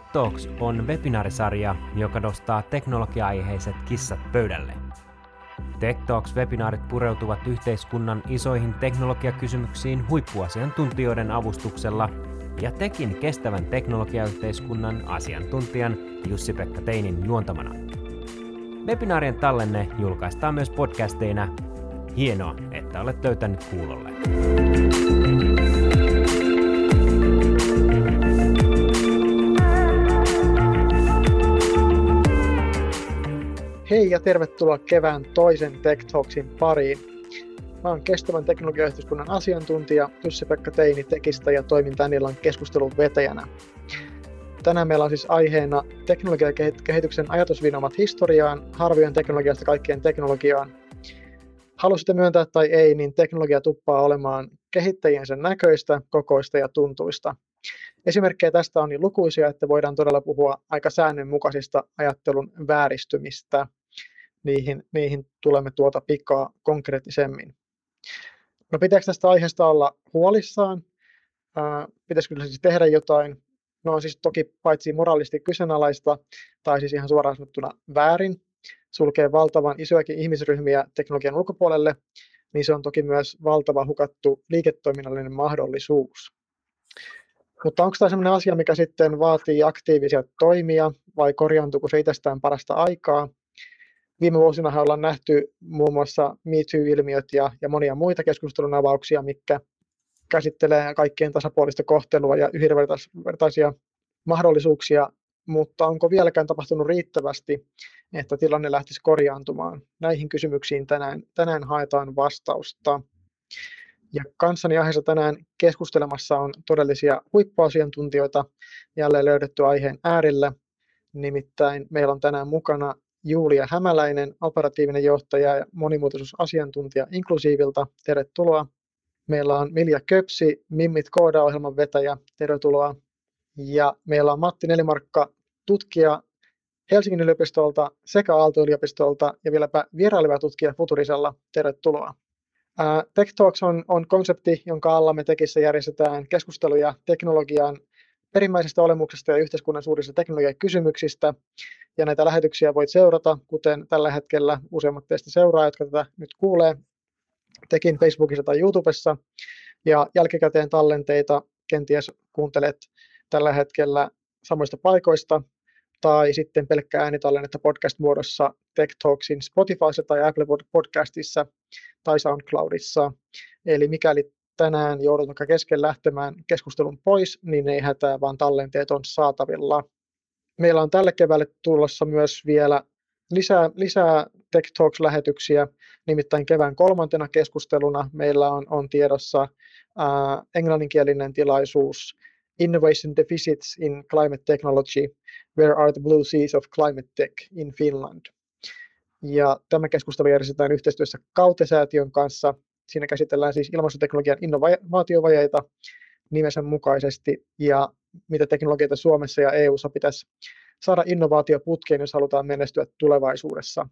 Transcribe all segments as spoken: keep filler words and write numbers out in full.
Tech Talks on webinaarisarja, joka nostaa teknologia-aiheiset kissat pöydälle. Tech Talks-webinaarit pureutuvat yhteiskunnan isoihin teknologiakysymyksiin huippuasiantuntijoiden avustuksella ja tekin kestävän teknologiayhteiskunnan asiantuntijan Jussi-Pekka Teinin juontamana. Webinaarien tallenne julkaistaan myös podcasteina. Hienoa, että olet löytänyt kuulolle. Hei ja tervetuloa kevään toisen Tech Talksin pariin. Mä oon kestävän teknologiayhteiskunnan asiantuntija Jussi-Pekka Teini Tekistä ja toimin tän illan keskustelun vetäjänä. Tänään meillä on siis aiheena teknologiakehityksen ajatusvinoumat historiaan, harvojen teknologiasta kaikkien teknologiaan. Halusitte myöntää tai ei, niin teknologia tuppaa olemaan kehittäjiensä näköistä, kokoista ja tuntuista. Esimerkkejä tästä on niin lukuisia, että voidaan todella puhua aika säännönmukaisista ajattelun vääristymistä. Niihin, niihin tulemme tuota pikaa konkreettisemmin. No, pitääkö tästä aiheesta olla huolissaan? Ää, pitäisikö kyllä siis tehdä jotain? No on siis toki paitsi moraalisti kyseenalaista, tai siis ihan suoraan sanottuna väärin, sulkee valtavan isojakin ihmisryhmiä teknologian ulkopuolelle, niin se on toki myös valtava hukattu liiketoiminnallinen mahdollisuus. Mutta onko tämä sellainen asia, mikä sitten vaatii aktiivisia toimia, vai korjaantuuko se itsestään parasta aikaa? Viime vuosina ollaan nähty muun muassa Me Too-ilmiöt ja, ja monia muita keskustelun avauksia, mitkä käsittelee kaikkien tasapuolista kohtelua ja yhdenvertaisia mahdollisuuksia, mutta onko vieläkään tapahtunut riittävästi, että tilanne lähtisi korjaantumaan? Näihin kysymyksiin tänään, tänään haetaan vastausta. Ja kanssani aiheessa tänään keskustelemassa on todellisia huippuasiantuntijoita jälleen löydetty aiheen äärellä. Nimittäin meillä on tänään mukana Julia Hämäläinen, operatiivinen johtaja ja monimuotoisuusasiantuntija Inklusiivilta. Tervetuloa. Meillä on Milja Köpsi, Mimmit Kooda-ohjelman vetäjä. Tervetuloa. Ja meillä on Matti Nelimarkka, tutkija Helsingin yliopistolta sekä Aalto-yliopistolta ja vieläpä vieraileva tutkija Futurisella. Tervetuloa. Uh, Tech Talks on, on konsepti, jonka alla me Tekissä järjestetään keskusteluja teknologian perimmäisestä olemuksesta ja yhteiskunnan suurista teknologiakysymyksistä. Ja näitä lähetyksiä voit seurata, kuten tällä hetkellä useimmat teistä seuraa, jotka tätä nyt kuulee, Tekin Facebookissa tai YouTubessa. Ja jälkikäteen tallenteita kenties kuuntelet tällä hetkellä samoista paikoista, tai sitten pelkkää äänitallennetta podcast-muodossa Tech Talksin Spotifyssa tai Apple Podcastissa tai SoundCloudissa. Eli mikäli tänään joudut vaikka kesken lähtemään keskustelun pois, niin ei hätää, vaan tallenteet on saatavilla. Meillä on tälle keväälle tulossa myös vielä lisää, lisää Tech Talks-lähetyksiä, nimittäin kevään kolmantena keskusteluna meillä on, on tiedossa ää, englanninkielinen tilaisuus Innovation Deficits in Climate Technology, Where are the Blue Seas of Climate Tech in Finland? Ja tämä keskustelu järjestetään yhteistyössä Kaute-säätiön kanssa. Siinä käsitellään siis ilmastoteknologian innovaatiovajeita nimensä mukaisesti ja mitä teknologioita Suomessa ja E U:ssa pitäisi saada innovaatioputkeen, jos halutaan menestyä tulevaisuudessa.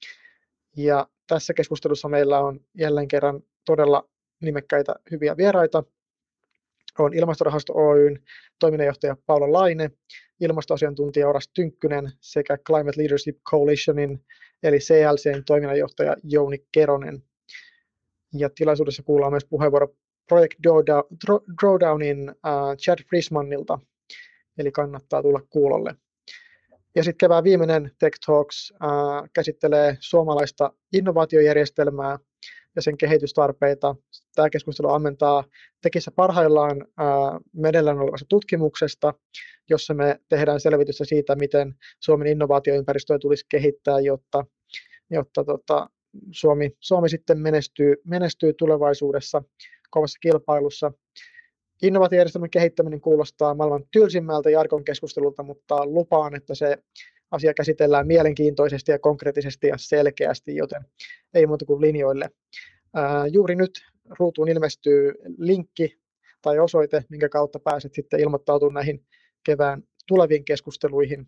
Ja tässä keskustelussa meillä on jälleen kerran todella nimekkäitä hyviä vieraita. On Ilmastorahasto Oyn toiminnanjohtaja Paula Laine, ilmastoasiantuntija Oras Tynkkynen sekä Climate Leadership Coalitionin eli C L C:n toiminnanjohtaja Jouni Keronen. Ja tilaisuudessa kuullaan myös puheenvuoro Project Drawdownin uh, Chad Frismanilta, eli kannattaa tulla kuulolle. Ja sitten kevään viimeinen Tech Talks uh, käsittelee suomalaista innovaatiojärjestelmää ja sen kehitystarpeita. Tämä keskustelu ammentaa Tekissä parhaillaan uh, meneillään olevasta tutkimuksesta, jossa me tehdään selvitystä siitä, miten Suomen innovaatioympäristöä tulisi kehittää, jotta, jotta tota, Suomi, Suomi sitten menestyy, menestyy tulevaisuudessa kovassa kilpailussa. Innovaatiojärjestelmän kehittäminen kuulostaa maailman tylsimmältä jargon keskustelulta, mutta lupaan, että se asia käsitellään mielenkiintoisesti ja konkreettisesti ja selkeästi, joten ei muuta kuin linjoille. Ää, juuri nyt ruutuun ilmestyy linkki tai osoite, minkä kautta pääset sitten ilmoittautumaan näihin kevään tuleviin keskusteluihin.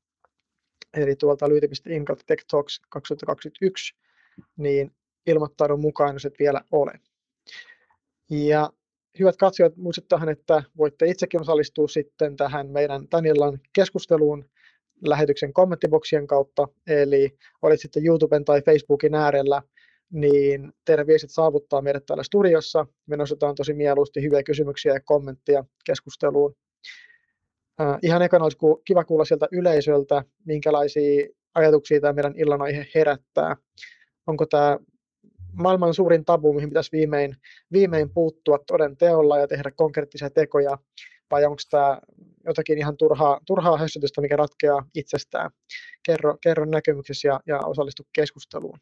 Eli tuolta lyyti piste in kautta Tech Talks kaksituhattakaksikymmentäyksi, niin ilmoittaudun mukaan, jos et vielä ole. Ja hyvät katsojat, muistuttahan, että voitte itsekin osallistua sitten tähän meidän tän illan keskusteluun lähetyksen kommenttiboksien kautta, eli olit sitten YouTuben tai Facebookin äärellä, niin teidän viestit saavuttaa meidät täällä studiossa. Me nostetaan tosi mieluusti hyviä kysymyksiä ja kommentteja keskusteluun. Äh, ihan ekana olisi kiva kuulla sieltä yleisöltä, minkälaisia ajatuksia tämä meidän illan aihe herättää. Onko tämä maailman suurin tabu, mihin pitäisi viimein, viimein puuttua toden teolla ja tehdä konkreettisia tekoja, vai onko tämä jotakin ihan turhaa, turhaa hössytystä, mikä ratkeaa itsestään? Kerro, kerro näkemyksesi ja, ja osallistu keskusteluun.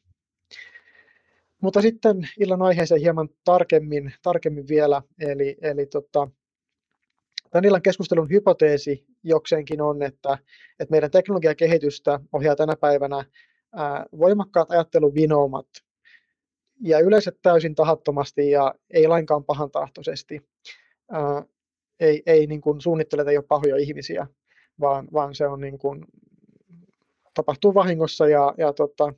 Mutta sitten illan aiheeseen hieman tarkemmin, tarkemmin vielä, eli, eli tota, tämän illan keskustelun hypoteesi jokseenkin on, että, että meidän teknologiakehitystä ohjaa tänä päivänä ää, voimakkaat ajatteluvinoumat, ja yleensä täysin tahattomasti ja ei lainkaan pahantahtoisesti. Ää, ei ei niin kuin suunnitteleta ei ole pahoja ihmisiä, vaan, vaan se on niin kuin, tapahtuu vahingossa ja, ja tota,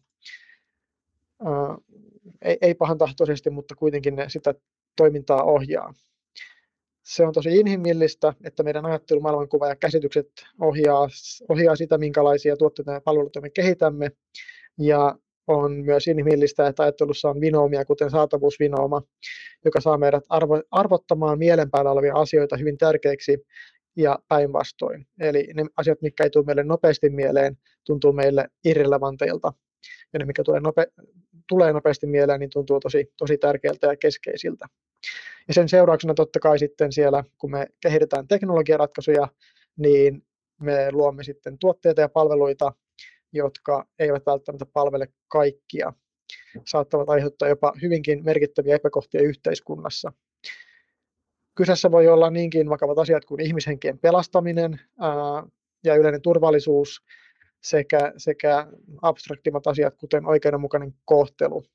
ää, ei, ei pahantahtoisesti, mutta kuitenkin ne sitä toimintaa ohjaa. Se on tosi inhimillistä, että meidän ajattelu, maailmankuva ja käsitykset ohjaa, ohjaa sitä, minkälaisia tuotteita ja palveluita me kehitämme. Ja on myös inhimillistä, että ajattelussa on vinoumia, kuten saatavuusvinouma, joka saa meidät arvo, arvottamaan mielen päällä olevia asioita hyvin tärkeiksi ja päinvastoin. Eli ne asiat, mitkä ei tule meille nopeasti mieleen, tuntuu meille irrelevanteilta. Ja ne, mikä tulee, nope, tulee nopeasti mieleen, niin tuntuu tosi, tosi tärkeältä ja keskeisiltä. Ja sen seurauksena totta kai sitten siellä, kun me kehitetään teknologiaratkaisuja, niin me luomme sitten tuotteita ja palveluita, jotka eivät välttämättä palvele kaikkia, saattavat aiheuttaa jopa hyvinkin merkittäviä epäkohtia yhteiskunnassa. Kyseessä voi olla niinkin vakavat asiat kuin ihmishenkien pelastaminen ää, ja yleinen turvallisuus sekä, sekä abstraktimmat asiat, kuten oikeudenmukainen kohtelu.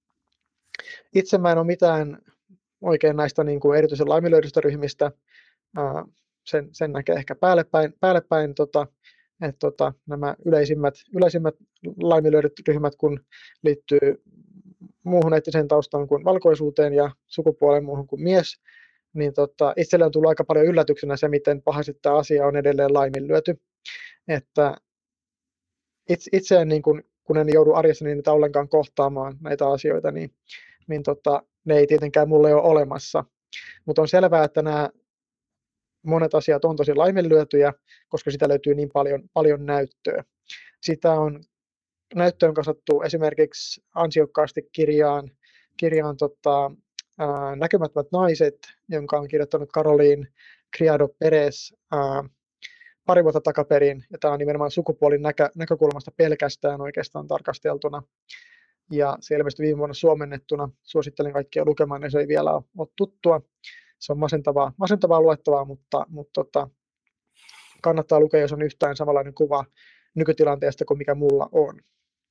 Itse mä en ole mitään oikein näistä niin kuin erityisen laiminlyödystä ryhmistä. Ää, sen, sen näkee ehkä päällepäin, päällepäin tota, että tota, nämä yleisimmät, yleisimmät laiminlyödyt ryhmät, kun liittyy muuhun eettiseen taustaan kuin valkoisuuteen ja sukupuoleen muuhun kuin mies, niin tota, itselle on tullut aika paljon yllätyksenä se, miten pahasti tämä asia on edelleen laiminlyöty. Että itse, itse en, niin kun, kun en joudu arjessani niitä ollenkaan kohtaamaan näitä asioita, niin, niin tota, ne ei tietenkään mulle ole olemassa. Mutta on selvää, että nämä monet asiat on tosi laiminlyötyjä, koska sitä löytyy niin paljon, paljon näyttöä. Sitä on näyttöön kasattu esimerkiksi ansiokkaasti kirjaan, kirjaan tota, ää, Näkymättömät naiset, jonka on kirjoittanut Caroline Criado Perez ää, pari vuotta takaperin. Ja tämä on nimenomaan sukupuolin näkö, näkökulmasta pelkästään oikeastaan tarkasteltuna. Ja se ilmestyi viime vuonna suomennettuna. Suosittelen kaikkia lukemaan, ja se ei vielä ole, ole tuttua. Se on masentavaa, masentavaa luettavaa, mutta, mutta tota, kannattaa lukea, jos on yhtään samanlainen kuva nykytilanteesta kuin mikä mulla on.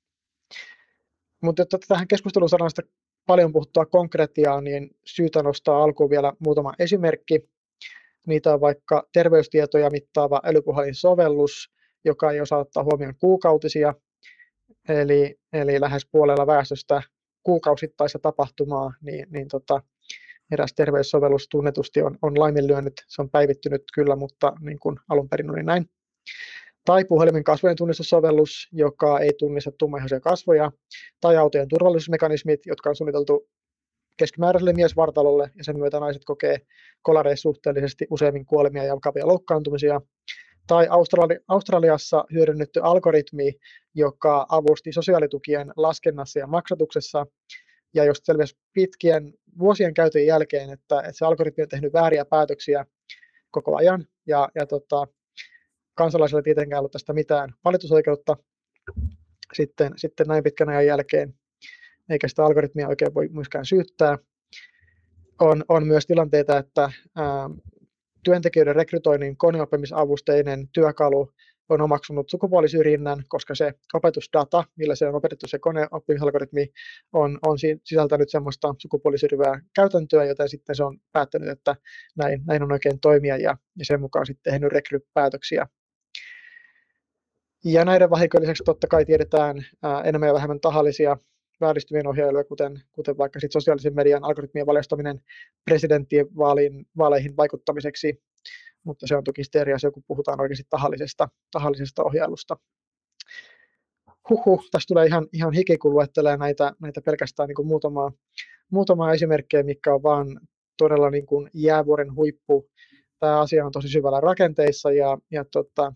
Mutta jotta tähän keskusteluun saadaan sitä paljon puhuttua konkretiaa, niin syytä nostaa alkuun vielä muutama esimerkki. Niitä on vaikka terveystietoja mittaava älypuhelinsovellus, joka ei osaa ottaa huomioon kuukautisia, eli, eli lähes puolella väestöstä kuukausittaista tapahtumaa, niin, niin tota, eräs terveyssovellus tunnetusti on, on laiminlyönyt, se on päivittynyt kyllä, mutta niin kuin alun perin oli näin. Tai puhelimen kasvojen tunnistussovellus, joka ei tunnista tummaihoisia kasvoja, tai autojen turvallisuusmekanismit, jotka on suunniteltu keskimääräiselle miesvartalolle, ja sen myötä naiset kokee kolareissa suhteellisesti useammin kuolemia ja vakavia loukkaantumisia. Tai Australi- Australiassa hyödynnetty algoritmi, joka avusti sosiaalitukien laskennassa ja maksatuksessa, ja josta selvisi pitkien vuosien käytön jälkeen, että, että se algoritmi on tehnyt vääriä päätöksiä koko ajan, ja, ja tota, kansalaisilla ei tietenkään ollut tästä mitään valitusoikeutta sitten, sitten näin pitkän ajan jälkeen, eikä sitä algoritmia oikein voi myöskään syyttää. On, on myös tilanteita, että ää, työntekijöiden rekrytoinnin koneoppimisavusteinen työkalu on omaksunut sukupuolisyrjinnän, koska se opetusdata, millä se on opetettu se koneoppimisalgoritmi, on, on sisältänyt semmoista sukupuolisyrjivää käytäntöä, joten sitten se on päättänyt, että näin, näin on oikein toimia ja, ja sen mukaan sitten tehnyt rekrypäätöksiä. Ja näiden vahinkojen lisäksi totta kai tiedetään ää, enemmän ja vähemmän tahallisia vääristymien ohjailuja, kuten, kuten vaikka sit sosiaalisen median algoritmien valjastaminen presidenttien vaaliin, vaaleihin vaikuttamiseksi, mutta se on toki sitten eri asia, kun puhutaan oikeasti tahallisesta, tahallisesta ohjailusta. Huhhuh, tässä tulee ihan, ihan hiki, kun luettelee näitä, näitä pelkästään niin kuin muutamaa, muutamaa esimerkkejä, mitkä on vaan todella niin kuin jäävuoren huippu. Tämä asia on tosi syvällä rakenteissa ja, ja tota,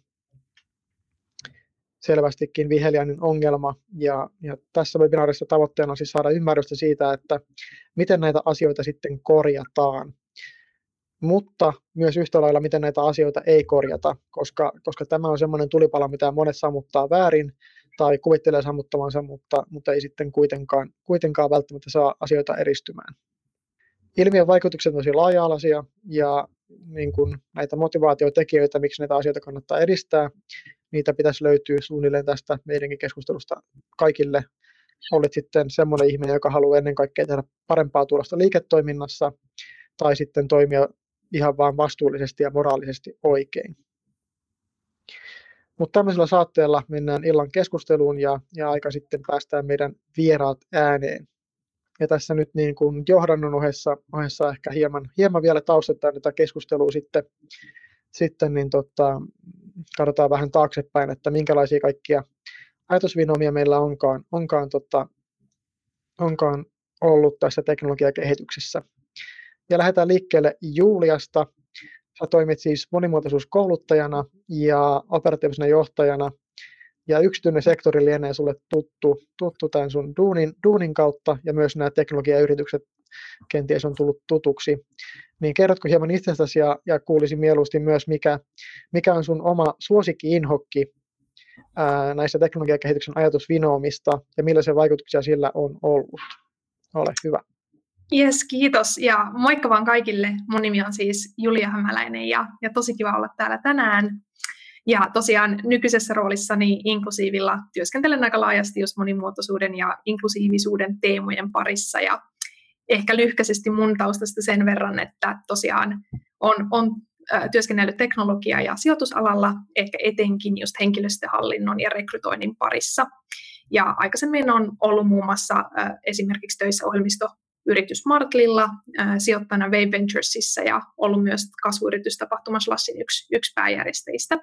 selvästikin viheliäinen ongelma. Ja, ja tässä webinaarissa tavoitteena on siis saada ymmärrystä siitä, että miten näitä asioita sitten korjataan. Mutta myös yhtä lailla, miten näitä asioita ei korjata, koska, koska tämä on semmoinen tulipalo, mitä monet sammuttaa väärin tai kuvittelee sammuttavansa, mutta, mutta ei sitten kuitenkaan, kuitenkaan välttämättä saa asioita edistymään. Ilmiön vaikutukset on tosi laaja-alaisia ja niin kuin näitä motivaatiotekijöitä, miksi näitä asioita kannattaa edistää, niitä pitäisi löytyä suunnilleen tästä meidänkin keskustelusta kaikille. Olet sitten semmoinen ihminen, joka haluaa ennen kaikkea tehdä parempaa tulosta liiketoiminnassa tai sitten toimia ihan vaan vastuullisesti ja moraalisesti oikein. Mutta tämmöisellä saatteella mennään illan keskusteluun ja, ja aika sitten päästään meidän vieraat ääneen. Ja tässä nyt niin kuin johdannon ohessa, ohessa ehkä hieman, hieman vielä taustattaa tätä keskustelua sitten, sitten niin tota, katsotaan vähän taaksepäin, että minkälaisia kaikkia ajatusvinomia meillä onkaan, onkaan, tota, onkaan ollut tässä teknologiakehityksessä. Ja lähdetään liikkeelle Juliasta. Sä toimit siis monimuotoisuuskouluttajana ja operatiivisena johtajana. Ja yksityinen sektori lienee sulle tuttu, tuttu tämän sun duunin, duunin kautta ja myös nämä teknologiayritykset kenties on tullut tutuksi. Niin kerrotko hieman itsestäsi ja, ja kuulisin mieluusti myös, mikä, mikä on sun oma suosikki-inhokki ää, näistä teknologiakehityksen ajatusvinoomista ja millaisia vaikutuksia sillä on ollut. Ole hyvä. Jes, kiitos ja moikka vaan kaikille. Mun nimi on siis Julia Hämäläinen ja, ja tosi kiva olla täällä tänään. Ja tosiaan nykyisessä roolissani inklusiivilla työskentelen aika laajasti just monimuotoisuuden ja inklusiivisuuden teemojen parissa. Ja ehkä lyhkäisesti mun taustasta sen verran, että tosiaan on, on äh, työskennellyt teknologia- ja sijoitusalalla, ehkä etenkin just henkilöstöhallinnon ja rekrytoinnin parissa. Ja aikaisemmin on ollut muun muassa äh, esimerkiksi töissä ohjelmistoyritys Martlilla, äh, sijoittajana Wave Venturesissa ja ollut myös kasvuyritystapahtuma Slashin yksi, yksi pääjärjestäjistä.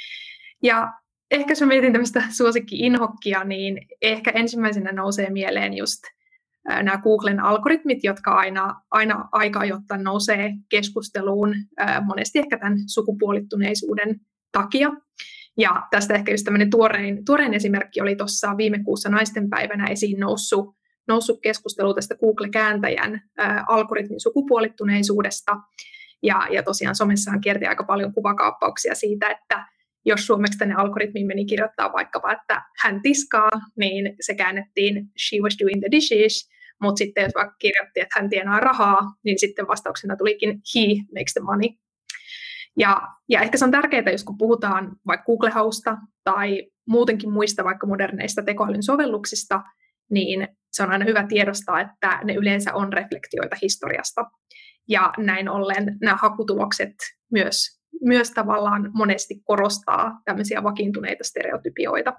Ja ehkä jos mä mietin tämmöistä suosikki-inhokkia, niin ehkä ensimmäisenä nousee mieleen just äh, nämä Googlen algoritmit, jotka aina, aina aika ajoittain nousee keskusteluun, äh, monesti ehkä tämän sukupuolittuneisuuden takia. Ja tästä ehkä just tämmöinen tuorein, tuorein esimerkki oli tuossa viime kuussa naistenpäivänä esiin noussut, noussut keskustelu tästä Google-kääntäjän ää, algoritmin sukupuolittuneisuudesta. Ja, ja tosiaan somessahan kierti aika paljon kuvakaappauksia siitä, että jos suomeksi tänne algoritmiin meni kirjoittaa vaikkapa, että hän tiskaa, niin se käännettiin she was doing the dishes, mutta sitten jos vaikka kirjoitti, että hän tienaa rahaa, niin sitten vastauksena tulikin he makes the money. Ja, ja ehkä se on tärkeää, jos kun puhutaan vaikka Google-hausta tai muutenkin muista vaikka moderneista tekoälyn sovelluksista, niin se on aina hyvä tiedostaa, että ne yleensä on reflektioita historiasta. Ja näin ollen nämä hakutulokset myös, myös tavallaan monesti korostaa tämmöisiä vakiintuneita stereotypioita.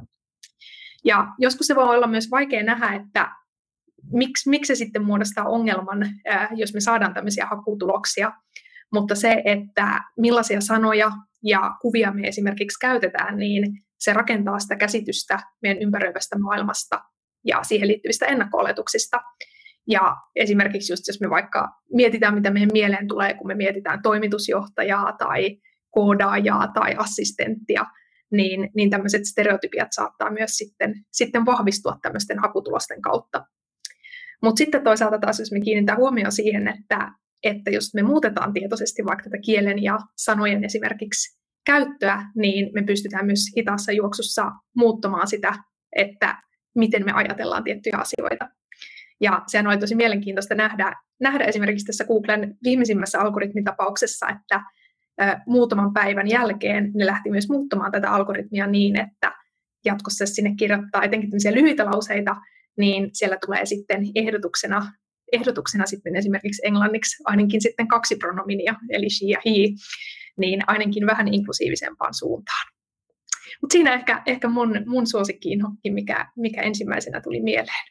Ja joskus se voi olla myös vaikea nähdä, että miksi, miksi se sitten muodostaa ongelman, jos me saadaan tämmöisiä hakutuloksia. Mutta se, että millaisia sanoja ja kuvia me esimerkiksi käytetään, niin se rakentaa sitä käsitystä meidän ympäröivästä maailmasta ja siihen liittyvistä ennakko-oletuksista. Ja esimerkiksi just jos me vaikka mietitään, mitä meidän mieleen tulee, kun me mietitään toimitusjohtajaa tai koodaajaa tai assistenttia, niin, niin tämmöiset stereotypiat saattaa myös sitten, sitten vahvistua tämmöisten hakutulosten kautta. Mutta sitten toisaalta taas, jos me kiinnitetään huomioon siihen, että että jos me muutetaan tietoisesti vaikka tätä kielen ja sanojen esimerkiksi käyttöä, niin me pystytään myös hitaassa juoksussa muuttamaan sitä, että miten me ajatellaan tiettyjä asioita. Ja sehän oli tosi mielenkiintoista nähdä, nähdä esimerkiksi tässä Googlen viimeisimmässä algoritmitapauksessa, että ä, muutaman päivän jälkeen ne lähti myös muuttamaan tätä algoritmia niin, että jatkossa sinne kirjoittaa etenkin tämmöisiä lyhyitä lauseita, niin siellä tulee sitten ehdotuksena ehdotuksena sitten esimerkiksi englanniksi ainakin sitten kaksi pronominia, eli she ja he, niin ainakin vähän inklusiivisempaan suuntaan. Mutta siinä ehkä, ehkä mun, mun suosikki-inhokki, mikä, mikä ensimmäisenä tuli mieleen.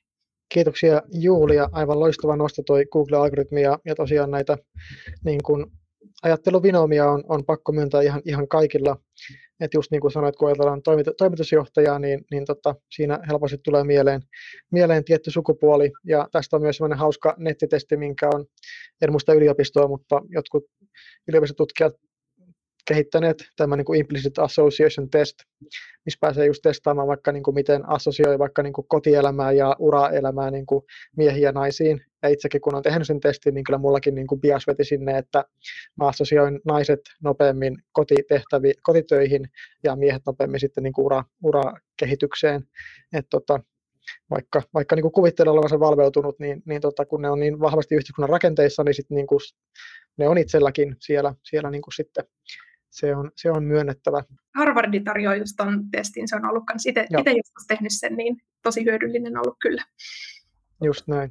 Kiitoksia Julia, aivan loistava nosto toi Google-algoritmi ja, ja tosiaan näitä niin kun, ajatteluvinomia on, on pakko myöntää ihan, ihan kaikilla. Että just niin kuin sanoit, kun ajatellaan toimit- toimitusjohtajaa, niin, niin tota, siinä helposti tulee mieleen, mieleen tietty sukupuoli. Ja tästä on myös sellainen hauska nettitesti, minkä on, en muista yliopistoa, mutta jotkut yliopistotutkijat kehittäneet tämän niin kuin implicit association test, missä pääsee just testaamaan vaikka niin kuin miten assosioi vaikka niin kuin kotielämää ja uraelämää niin kuin miehiin ja naisiin. Ja itsekin kun olen tehnyt sen testin, niin kyllä mullakin niin kuin bias veti sinne, että mä assosioin naiset nopeammin kotitehtäviin, kotitöihin ja miehet nopeammin sitten niin kuin ura, urakehitykseen. Että tota, vaikka, vaikka niin kuin kuvittelee olevansa valveutunut, niin, niin tota, kun ne on niin vahvasti yhteiskunnan rakenteissa, niin sit niin kuin ne on itselläkin siellä, siellä niin kuin sitten se on, se on myönnettävä. Harvardi tarjoaa just ton testin, se on ollut kans itse joskus tehnyt sen, niin tosi hyödyllinen ollut kyllä. Just näin.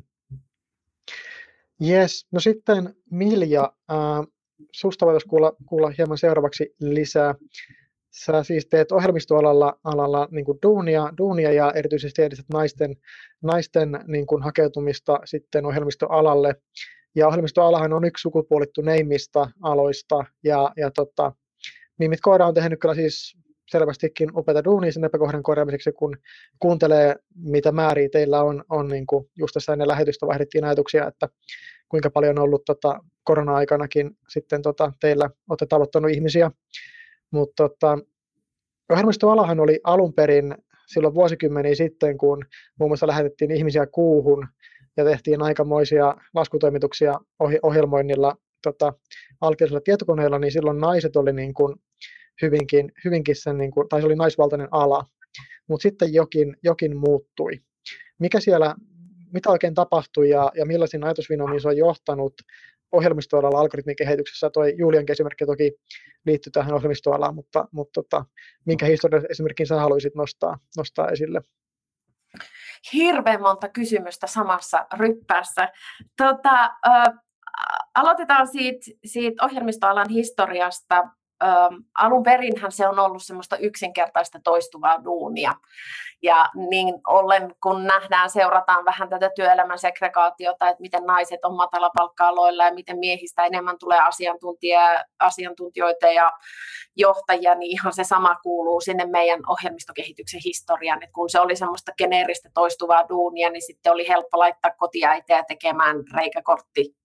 Jes, no sitten Milja, äh, susta voitaisiin kuulla, kuulla hieman seuraavaksi lisää. Sä siis teet ohjelmistoalalla alalla, niin kuin duunia, duunia ja erityisesti edistät naisten, naisten niin kuin hakeutumista sitten ohjelmistoalalle. Ja ohjelmistoalahan on yksi sukupuolittuneimmista aloista ja, ja tota, Mimit Koira on tehnyt kyllä siis selvästikin upeata duunia sen epäkohdan korjaamiseksi, kun kuuntelee, mitä määriä teillä on, on niin kuin just tässä ennen lähetystä vaihdettiin ajatuksia, että kuinka paljon on ollut tota, korona-aikanakin sitten tota, teillä olette tavoittanut ihmisiä. Mutta tota, ohjelmistoalahan oli alun perin silloin vuosikymmeniä sitten, kun muun muassa lähetettiin ihmisiä kuuhun ja tehtiin aikamoisia laskutoimituksia ohjelmoinnilla tota, alkeellisella tietokoneella, niin silloin naiset oli niin kuin hyvinkin, hyvinkin sen, niin kuin, tai se oli naisvaltainen ala, mutta sitten jokin, jokin muuttui. Mikä siellä, mitä oikein tapahtui ja, ja millaisiin ajatusvinomiin se on johtanut ohjelmistoalalla algoritmikehityksessä? Toi Julian esimerkki toki liittyy tähän ohjelmistoalaan, mutta, mutta tota, minkä historian esimerkin sä haluaisit nostaa, nostaa esille? Hirveän monta kysymystä samassa ryppäässä. Tota, äh, aloitetaan siitä, siitä ohjelmistoalan historiasta. Öm, alun perinhän se on ollut semmoista yksinkertaista toistuvaa duunia. Ja niin ollen, kun nähdään, seurataan vähän tätä työelämän segregaatiota, että miten naiset on matalapalkka-aloilla ja miten miehistä enemmän tulee asiantuntija, asiantuntijoita ja johtajia, niin ihan se sama kuuluu sinne meidän ohjelmistokehityksen historiaan. Et kun se oli semmoista geneeristä toistuvaa duunia, niin sitten oli helppo laittaa kotiäitejä tekemään reikäkortti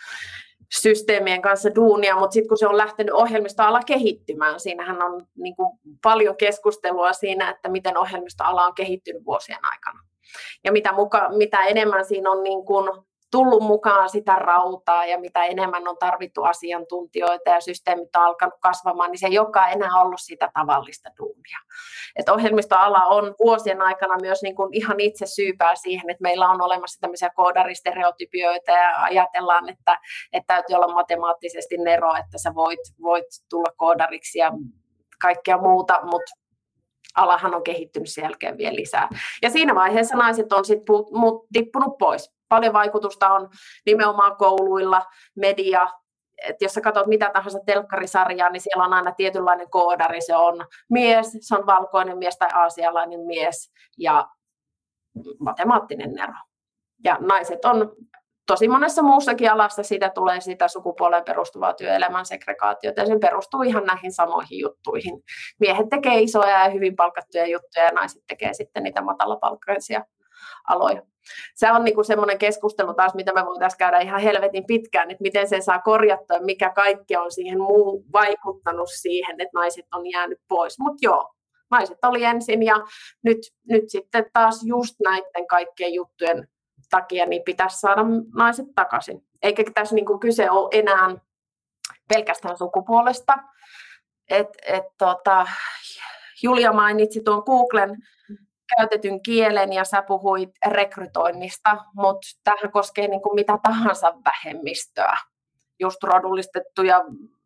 systeemien kanssa duunia, mutta sitten kun se on lähtenyt ohjelmistoala kehittymään, siinähän on niin kuin paljon keskustelua siinä, että miten ohjelmistoala on kehittynyt vuosien aikana. Ja mitä, muka, mitä enemmän siinä on niin kuin tullut mukaan sitä rautaa ja mitä enemmän on tarvittu asiantuntijoita ja systeemit on alkanut kasvamaan, niin se ei olekaan enää ollut sitä tavallista duunia. Et ohjelmistoala on vuosien aikana myös niin kuin ihan itse syypää siihen, että meillä on olemassa tämmöisiä koodaristereotypioita ja ajatellaan, että, että täytyy olla matemaattisesti nero, että sä voit, voit tulla koodariksi ja kaikkea muuta, mutta alahan on kehittynyt sen jälkeen vielä lisää. Ja siinä vaiheessa naiset on sitten tippunut pois. Paljon vaikutusta on nimenomaan kouluilla, media. Et jos sä katsot mitä tahansa telkkarisarjaa, niin siellä on aina tietynlainen koodari. Se on mies, se on valkoinen mies tai aasialainen mies ja matemaattinen nero. Ja naiset on tosi monessa muussakin alassa, siitä tulee sitä sukupuoleen perustuvaa työelämän segregaatiota ja se perustuu ihan näihin samoihin juttuihin. Miehet tekee isoja ja hyvin palkattuja juttuja ja naiset tekee sitten niitä matalapalkkaisia aloja. Se on niinku semmoinen keskustelu taas, mitä me voitaisiin käydä ihan helvetin pitkään, että miten sen saa korjattua ja mikä kaikki on siihen muu vaikuttanut siihen, että naiset on jäänyt pois. Mutta joo, naiset oli ensin ja nyt, nyt sitten taas just näiden kaikkien juttujen takia niin pitäisi saada naiset takaisin. Eikä tässä niinku kyse ole enää pelkästään sukupuolesta. Et, et tota, Julia mainitsi tuon Googlen käytetyn kielen ja sä puhuit rekrytoinnista, mutta tämähän koskee niin kuin mitä tahansa vähemmistöä, just rodullistettuja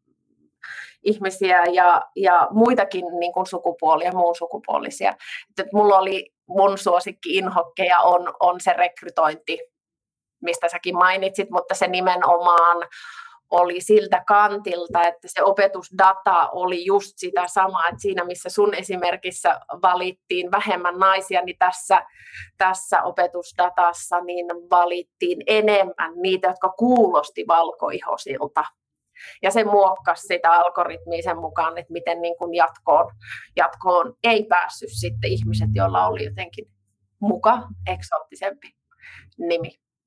ihmisiä ja, ja muitakin niin kuin sukupuolia, muun sukupuolisia. Et mulla oli mun suosikki-inhokkeja on, on se rekrytointi, mistä säkin mainitsit, mutta se nimenomaan oli siltä kantilta, että se opetusdata oli just sitä samaa, että siinä missä sun esimerkissä valittiin vähemmän naisia, niin tässä, tässä opetusdatassa niin valittiin enemmän niitä, jotka kuulosti valkoihosilta. Ja se muokkasi sitä algoritmia sen mukaan, että miten niin kuin jatkoon, jatkoon ei päässyt sitten ihmiset, joilla oli jotenkin muka eksoottisempi nimi.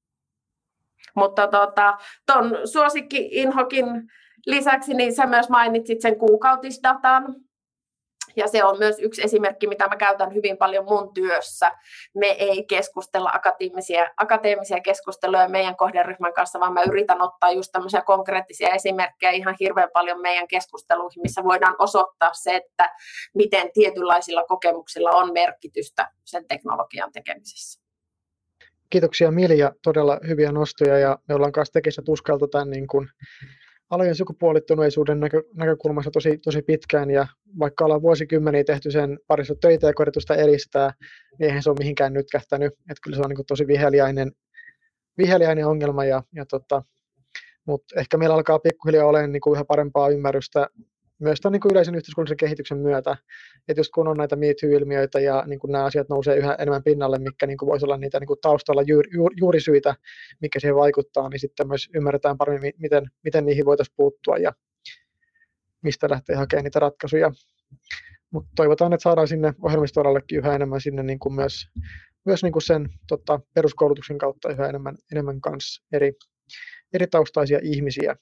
Mutta tuota, tuon suosikki-inhokin lisäksi niin sä myös mainitsit sen kuukautisdatan. Ja se on myös yksi esimerkki, mitä mä käytän hyvin paljon mun työssä. Me ei keskustella akateemisia, akateemisia keskusteluja meidän kohderyhmän kanssa, vaan mä yritän ottaa just tämmöisiä konkreettisia esimerkkejä ihan hirveän paljon meidän keskusteluihin, missä voidaan osoittaa se, että miten tietynlaisilla kokemuksilla on merkitystä sen teknologian tekemisessä. Kiitoksia Milja, todella hyviä nostoja, ja me ollaan kanssa Tekissä tuskailtu tämän niin kuin alojen sukupuolittuneisuuden näkö, näkökulmasta tosi, tosi pitkään, ja vaikka ollaan vuosikymmeniä tehty sen parissa töitä ja koetettu sitä edistää, niin eihän se ole mihinkään nytkähtänyt, että kyllä se on niin kuin tosi viheliäinen, viheliäinen ongelma, ja, ja tota, mutta ehkä meillä alkaa pikkuhiljaa olemaan niin kuin yhä parempaa ymmärrystä myös tämän niin kuin yleisen yhteiskunnallisen kehityksen myötä, että just kun on näitä Me Too-ilmiöitä ja niin kuin nämä asiat nousee yhä enemmän pinnalle, mitkä niin kuin voisi olla niitä niin kuin taustalla juuri, juurisyitä, mikä siihen vaikuttaa, niin sitten myös ymmärretään paremmin, miten, miten niihin voitaisiin puuttua ja mistä lähtee hakemaan niitä ratkaisuja. Mutta toivotaan, että saadaan sinne ohjelmistoalallekin yhä enemmän sinne niin kuin myös, myös niin kuin sen tota, peruskoulutuksen kautta yhä enemmän, enemmän kanssa eri, eri taustaisia ihmisiä.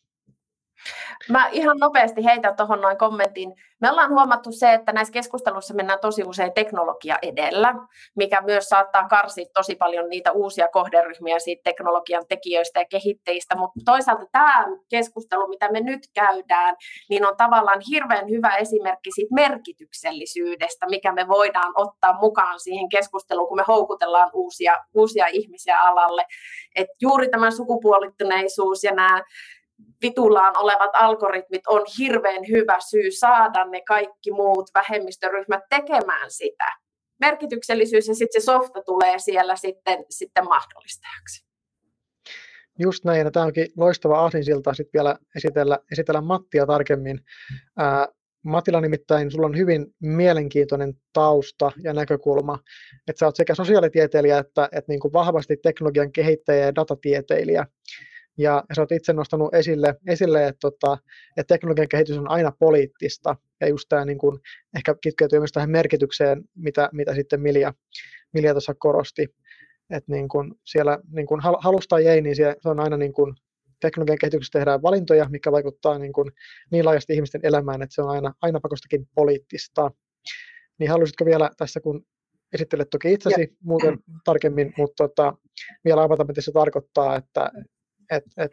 Mä ihan nopeasti heitän tuohon noin kommentin. Me ollaan huomattu se, että näissä keskusteluissa mennään tosi usein teknologia edellä, mikä myös saattaa karsia tosi paljon niitä uusia kohderyhmiä siitä teknologian tekijöistä ja kehittäjistä, mutta toisaalta tämä keskustelu, mitä me nyt käydään, niin on tavallaan hirveän hyvä esimerkki siitä merkityksellisyydestä, mikä me voidaan ottaa mukaan siihen keskusteluun, kun me houkutellaan uusia, uusia ihmisiä alalle. Et juuri tämä sukupuolittuneisuus ja nämä vitullaan olevat algoritmit on hirveän hyvä syy saada ne kaikki muut vähemmistöryhmät tekemään sitä. Merkityksellisyys ja sitten se softa tulee siellä sitten, sitten mahdollistajaksi. Just näin, ja tämä onkin loistava aasinsilta sitten vielä esitellä, esitellä Mattia tarkemmin. Ää, Matilla nimittäin, sulla on hyvin mielenkiintoinen tausta ja näkökulma, että sä oot sekä sosiaalitieteilijä että, että niin kuin vahvasti teknologian kehittäjä ja datatieteilijä. Ja sä oot itse nostanut esille, esille että, tota, että teknologian kehitys on aina poliittista, ja just tämä niin kuin, ehkä kitkeytyy myös tähän merkitykseen, mitä, mitä sitten Milja, Milja tuossa korosti, että niin kuin siellä niin kuin halusta tai ei, niin se on aina niin kuin, teknologian kehityksessä tehdään valintoja, mikä vaikuttaa niin, kuin, niin laajasti ihmisten elämään, että se on aina, aina pakostakin poliittista. Niin haluaisitko vielä tässä, kun esittelet toki itsesi ja muuten tarkemmin, mutta tota, vielä avata, mitä se tarkoittaa, että Et, et,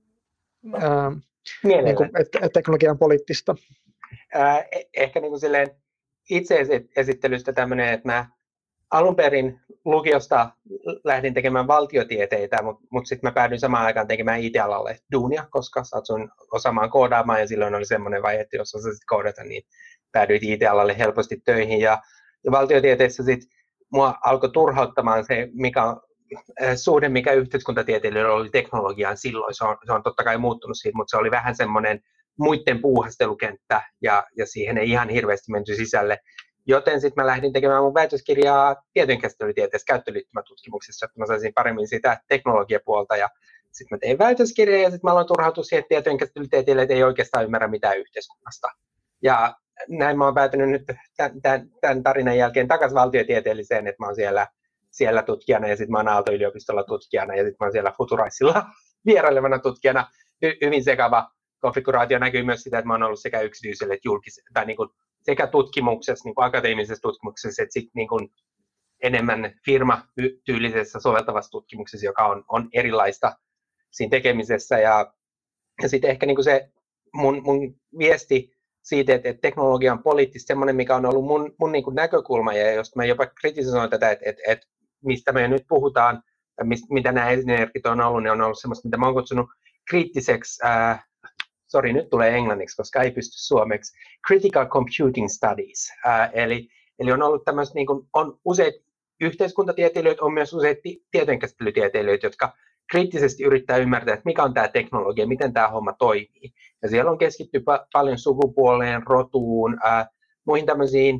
ää, niin kuin, et, et teknologia on poliittista. Ää, ehkä niin kuin silleen itse esittelystä tämmöinen, että mä alun perin lukiosta lähdin tekemään valtiotieteitä, mutta mut sitten mä päädyin samaan aikaan tekemään I T-alalle duunia, koska satsuin osaamaan koodaamaan ja silloin oli semmoinen vaihe, että jos osasit koodata, niin päädyit I T-alalle helposti töihin. Ja, ja valtiotieteessä sitten mua alkoi turhauttamaan se, mikä on suhde, mikä yhteiskuntatieteilijöillä oli teknologiaan silloin, se on, se on totta kai muuttunut siitä, mutta se oli vähän semmoinen muiden puuhastelukenttä ja, ja siihen ei ihan hirveästi menty sisälle. Joten sitten mä lähdin tekemään mun väitöskirjaa tietojenkäsittelytieteessä käyttöliittymätutkimuksessa, että mä saisin paremmin sitä teknologiapuolta. Ja sitten mä tein väitöskirjaa ja sitten mä aloin turhautua siihen, että tietojenkäsittelytieteilijät ei oikeastaan ymmärrä mitään yhteiskunnasta. Ja näin mä oon päätynyt nyt tämän, tämän, tämän tarinan jälkeen takaisin valtiotieteelliseen, että mä oon siellä siellä tutkijana, ja sitten mä oon Aalto-yliopistolla tutkijana, ja sitten mä oon siellä Futuraisilla vierailevana tutkijana. Hy- hyvin sekava konfiguraatio näkyy myös sitä, että mä oon ollut sekä yksityisellä että julkisella, tai niin kuin sekä tutkimuksessa, niin kuin akateemisessa tutkimuksessa, että sitten niin kuin enemmän firmatyylisessä soveltavassa tutkimuksessa, joka on, on erilaista siinä tekemisessä. Ja, ja sitten ehkä niin kuin se mun, mun viesti siitä, että, että teknologia on poliittisesti semmoinen, mikä on ollut mun, mun niin kuin näkökulma, ja josta mä jopa kritisoin tätä, että, että, että mistä me nyt puhutaan, ja mistä, mitä nämä esimerkit on ollut, niin on ollut semmoista, mitä mä oon kutsunut kriittiseksi, äh, sori, nyt tulee englanniksi, koska ei pysty suomeksi, critical computing studies, äh, eli, eli on ollut tämmöistä, niin kuin, on useita yhteiskuntatieteilijöitä, on myös useita tietojenkäsittelytieteilijöitä, jotka kriittisesti yrittää ymmärtää, että mikä on tämä teknologia, miten tämä homma toimii. Ja siellä on keskitty pa- paljon sukupuoleen, rotuun, ää, muihin tämmöisiin,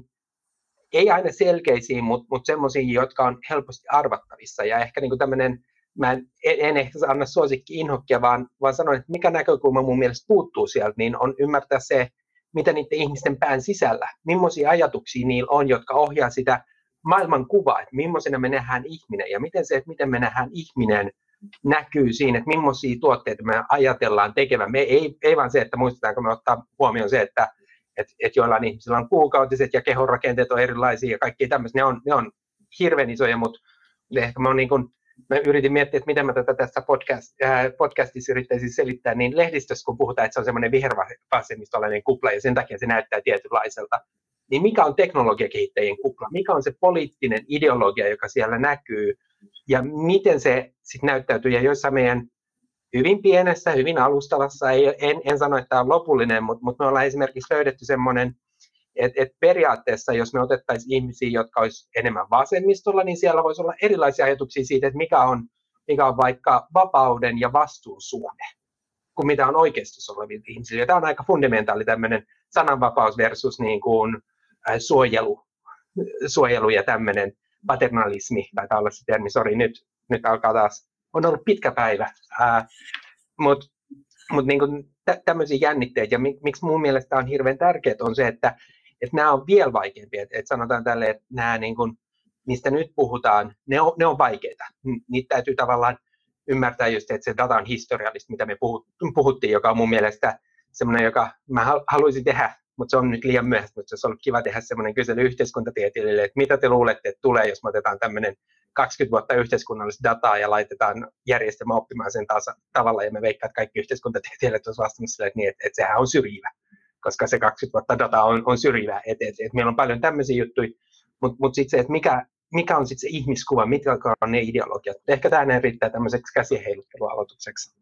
ei aina selkeisiin, mutta mut semmoisiin, jotka on helposti arvattavissa. Ja ehkä niin kuin tämmöinen, mä en, en ehkä anna suosikki-inhokkia, vaan, vaan sanon, että mikä näkökulma mun mielestä puuttuu sieltä, niin on ymmärtää se, mitä niiden ihmisten pään sisällä, millaisia ajatuksia niillä on, jotka ohjaa sitä maailmankuvaa, että millaisena me nähdään ihminen ja miten se, että miten me nähdään ihminen näkyy siinä, että millaisia tuotteita me ajatellaan tekevän. Me ei, ei vaan se, että muistetaanko me ottaa huomioon se, että et, et joillain ihmisillä on kuukautiset ja kehonrakenteet on erilaisia ja kaikki tämmöiset, ne on, ne on hirveän isoja, mutta ehkä mä, niin kun, mä yritin miettiä, että miten mä tätä tässä podcast, äh, podcastissa yrittäisin selittää, niin lehdistössä kun puhutaan, että se on semmoinen vihervasemmistolainen kupla ja sen takia se näyttää tietynlaiselta, niin mikä on teknologiakehittäjien kupla, mikä on se poliittinen ideologia, joka siellä näkyy, ja miten se sitten näyttäytyy, ja joissain meidän hyvin pienessä, hyvin alustavassa, ei, en, en sano, että tämä on lopullinen, mutta, mutta me ollaan esimerkiksi löydetty semmoinen, että, että periaatteessa, jos me otettaisiin ihmisiä, jotka olisi enemmän vasemmistolla, niin siellä voisi olla erilaisia ajatuksia siitä, että mikä on, mikä on vaikka vapauden ja vastuun suhde, kuin mitä on oikeistossa olevilla ihmisillä. Ja tämä on aika fundamentaali tämmöinen sananvapaus versus niin kuin, äh, suojelu, suojelu ja tämmöinen paternalismi, taitaa olla se termi, sori, nyt, nyt alkaa taas, on ollut pitkä päivä, äh, mutta mut niin tä, tämmöisiä jännitteitä, ja mik, miksi mun mielestä on hirveän tärkeää on se, että et nämä on vielä vaikeampia, että et sanotaan tälleen, että nämä, niin kun, mistä nyt puhutaan, ne on, ne on vaikeita, niitä täytyy tavallaan ymmärtää just, että se data on historiallista, mitä me puhuttiin, joka on mun mielestä semmoinen, joka mä haluaisin tehdä, mutta se on nyt liian myöhäistä, mutta se olisi ollut kiva tehdä semmoinen kysely yhteiskuntatieteilijöille, että mitä te luulette, että tulee, jos me otetaan tämmöinen kaksikymmentä vuotta yhteiskunnallista dataa ja laitetaan järjestelmä oppimaan sen taas tavalla, ja me veikkaan, että kaikki yhteiskuntatieteilijät olisivat vastaamassa sille, että, niin, että, että sehän on syrjivä, koska se kaksikymmentä vuotta dataa on, on syrjivää. Et, et, et meillä on paljon tämmöisiä juttuja, mutta mut sitten se, että mikä, mikä on sitten se ihmiskuva, mitkä on ne ideologiat. Ehkä tämä näin riittää tämmöiseksi käsiheiluttelualoitukseksi.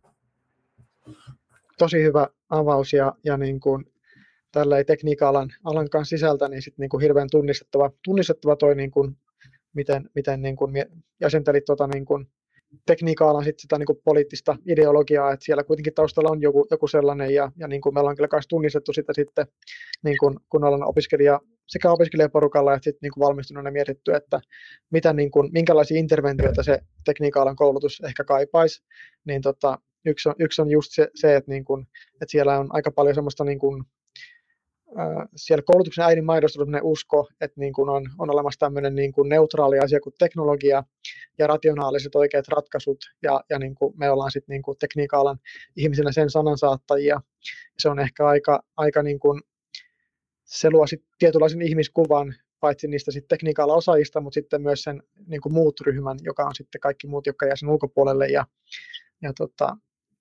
Tosi hyvä avaus, ja, ja niin kuin tällä tekniikka-alan alan kanssa sisältä, niin sitten niin kuin hirveän tunnistettava, tunnistettava toi, niin kuin, miten, miten niin kuin jäsentelit tuota, niin kuin tekniikka-alan sit sitä niin kuin poliittista ideologiaa, että siellä kuitenkin taustalla on joku, joku sellainen, ja, ja niin kuin me ollaan kyllä myös tunnistettu sitä sitten, niin kuin, kun ollaan opiskelija, sekä opiskelijaporukalla että sitten niin kuin valmistuneena mietitty, että mitä, niin kuin, minkälaisia interventioita se tekniikka-alan koulutus ehkä kaipaisi, niin tota, yksi, on, yksi on just se, se että, niin kuin, että siellä on aika paljon semmoista niin kuin, siellä koulutuksen äidin maidossa on usko, että niin kuin on, on olemassa tämmöinen niin kuin neutraali asia kuin teknologia ja rationaaliset oikeat ratkaisut, ja, ja niin kuin me ollaan sitten niin kuin tekniikka-alan ihmisinä sen sanansaattajia. Se on ehkä aika, aika niin kuin, se luo sitten tietynlaisen ihmiskuvan, paitsi niistä sitten tekniikka-alan osaajista, mutta sitten myös sen niin kuin muut ryhmän, joka on sitten kaikki muut, jotka jää sen ulkopuolelle, ja, ja tota,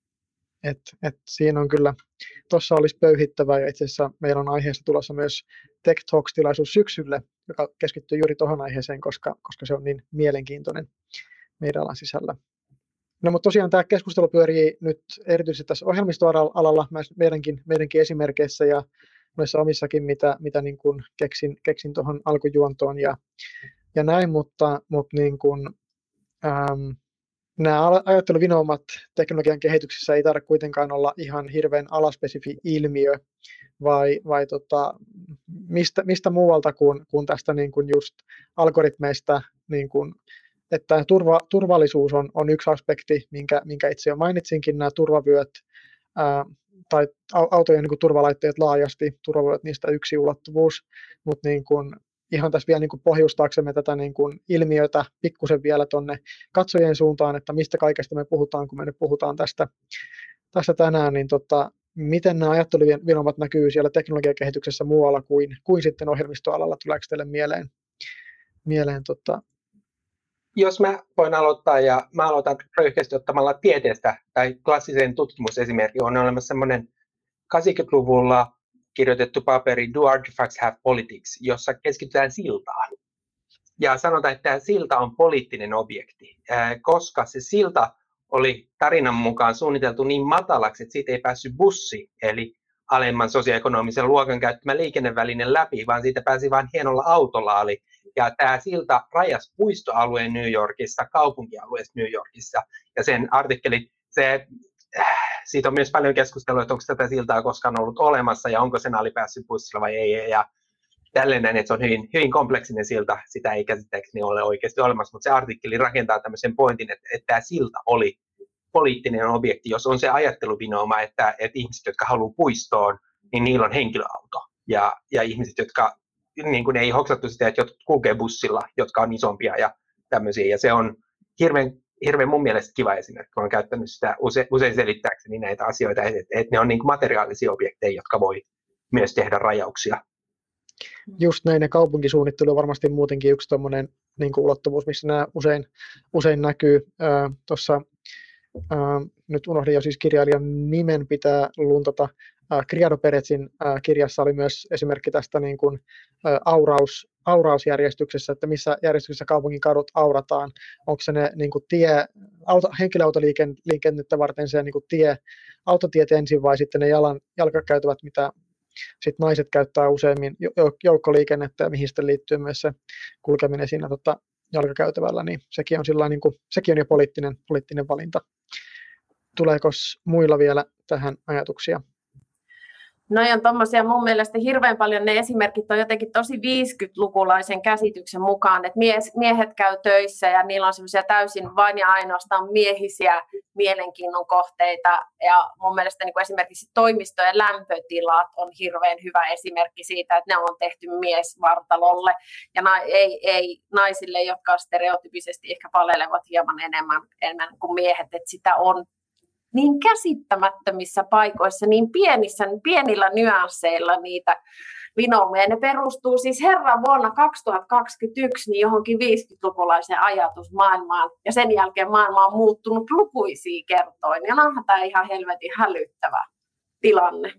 Et, et siinä on kyllä, tuossa olisi pöyhittävää, ja itse asiassa meillä on aiheesta tulossa myös Tech Talks-tilaisuus syksylle, joka keskittyy juuri tuohon aiheeseen, koska, koska se on niin mielenkiintoinen meidän alan sisällä. No, mutta tosiaan tämä keskustelu pyörii nyt erityisesti tässä ohjelmistoalalla meidänkin, meidänkin esimerkkeissä ja noissa omissakin, mitä, mitä niin kuin keksin, keksin tuohon alkujuontoon ja, ja näin, mutta, mutta niin kuin, ähm, nämä ajatteluvinoumat teknologian kehityksessä ei tarvitse kuitenkaan olla ihan hirveän alaspesifi ilmiö, vai, vai tota, mistä, mistä muualta kuin, kuin tästä niin kuin just algoritmeista, niin kuin, että turva, turvallisuus on, on yksi aspekti, minkä, minkä itse jo mainitsinkin, nämä turvavyöt ää, tai autojen niin kuin turvalaitteet laajasti, turvavyöt niistä yksi ulottuvuus, mutta niin kuin, ihan tässä vielä niin kuin pohjustaaksemme tätä niin kuin ilmiötä pikkusen vielä tuonne katsojien suuntaan, että mistä kaikesta me puhutaan, kun me nyt puhutaan tästä, tästä tänään, niin tota, miten nämä ajatteluvinomat näkyy siellä teknologiakehityksessä muualla kuin, kuin sitten ohjelmistoalalla, tuleeko teille mieleen? mieleen tota... Jos mä voin aloittaa, ja mä aloitan röyhkeästi ottamalla tieteestä, tai klassisen tutkimusesimerkki, on olemassa semmoinen kahdeksankymmentäluvulla kirjoitettu paperi Do Artifacts Have Politics, jossa keskitytään siltaan. Ja sanotaan, että tämä silta on poliittinen objekti, koska se silta oli tarinan mukaan suunniteltu niin matalaksi, että siitä ei päässyt bussi, eli alemman sosioekonomisen luokan käyttämä liikenneväline läpi, vaan siitä pääsi vain hienolla autolla, eli, ja tämä silta rajasi puistoalueen New Yorkissa kaupunkialueesta New Yorkissa, ja sen artikkeli, se, siitä on myös paljon keskustelua, että onko tätä siltaa koskaan ollut olemassa, ja onko sen ali päässyt bussilla vai ei, ja tälleen näin, että se on hyvin, hyvin kompleksinen silta, sitä ei käsittääkseni ole oikeasti olemassa, mutta se artikkeli rakentaa tämmöisen pointin, että, että tämä silta oli poliittinen objekti, jos on se ajatteluvinooma, että, että ihmiset, jotka haluaa puistoon, niin niillä on henkilöauto, ja, ja ihmiset, jotka niin kuin ei hoksattu sitä, että jotkut kulkee bussilla, jotka on isompia ja tämmöisiä, ja se on hirveän, hirveän mun mielestä kiva esimerkki, kun olen käyttänyt sitä use, usein selittääkseni näitä asioita, että, että ne on niin kuin materiaalisia objekteja, jotka voi myös tehdä rajauksia. Just näin, ja kaupunkisuunnittelu on varmasti muutenkin yksi tuommoinen niin kuin ulottuvuus, missä nämä usein, usein näkyy. Äh, Tuossa äh, nyt unohdin jo siis kirjailijan nimen, pitää luntata. Äh, Criado Perezin äh, kirjassa oli myös esimerkki tästä niin kuin, äh, auraus, aurausjärjestyksessä, että missä järjestyksessä kaupungin kadut aurataan. Onko se ne niin kuin tie, auto, henkilöautoliikennettä varten se niin kuin tie, autotiet ensin vai sitten ne jalan, jalkakäytävät, mitä sitten naiset käyttää useimmin joukkoliikennettä, ja mihin sitten liittyy myös se kulkeminen siinä tota, jalkakäytävällä, niin sekin on, sillä niin kuin, sekin on jo poliittinen, poliittinen valinta. Tuleeko muilla vielä tähän ajatuksia? No on tommosia mun mielestä hirveän paljon, ne esimerkit on jotenkin tosi viisikymmentälukulaisen käsityksen mukaan, että mies, miehet käy töissä ja niillä on semmoisia täysin vain ja ainoastaan miehisiä mielenkiinnon kohteita, ja mun mielestä niin kuin esimerkiksi toimistojen lämpötilat on hirveän hyvä esimerkki siitä, että ne on tehty miesvartalolle ja na, ei, ei naisille, jotka stereotypisesti ehkä palelevat hieman enemmän, enemmän kuin miehet, että sitä on niin käsittämättömissä paikoissa, niin pienissä, pienillä nyansseilla niitä vinoumia. Ne perustuu siis herran vuonna kaksituhattakaksikymmentäyksi niin johonkin viisikymmentälukulaiseen ajatusmaailmaan, ja sen jälkeen maailma on muuttunut lukuisia kertoin, ja onhan tämä ihan helvetin hälyttävä tilanne.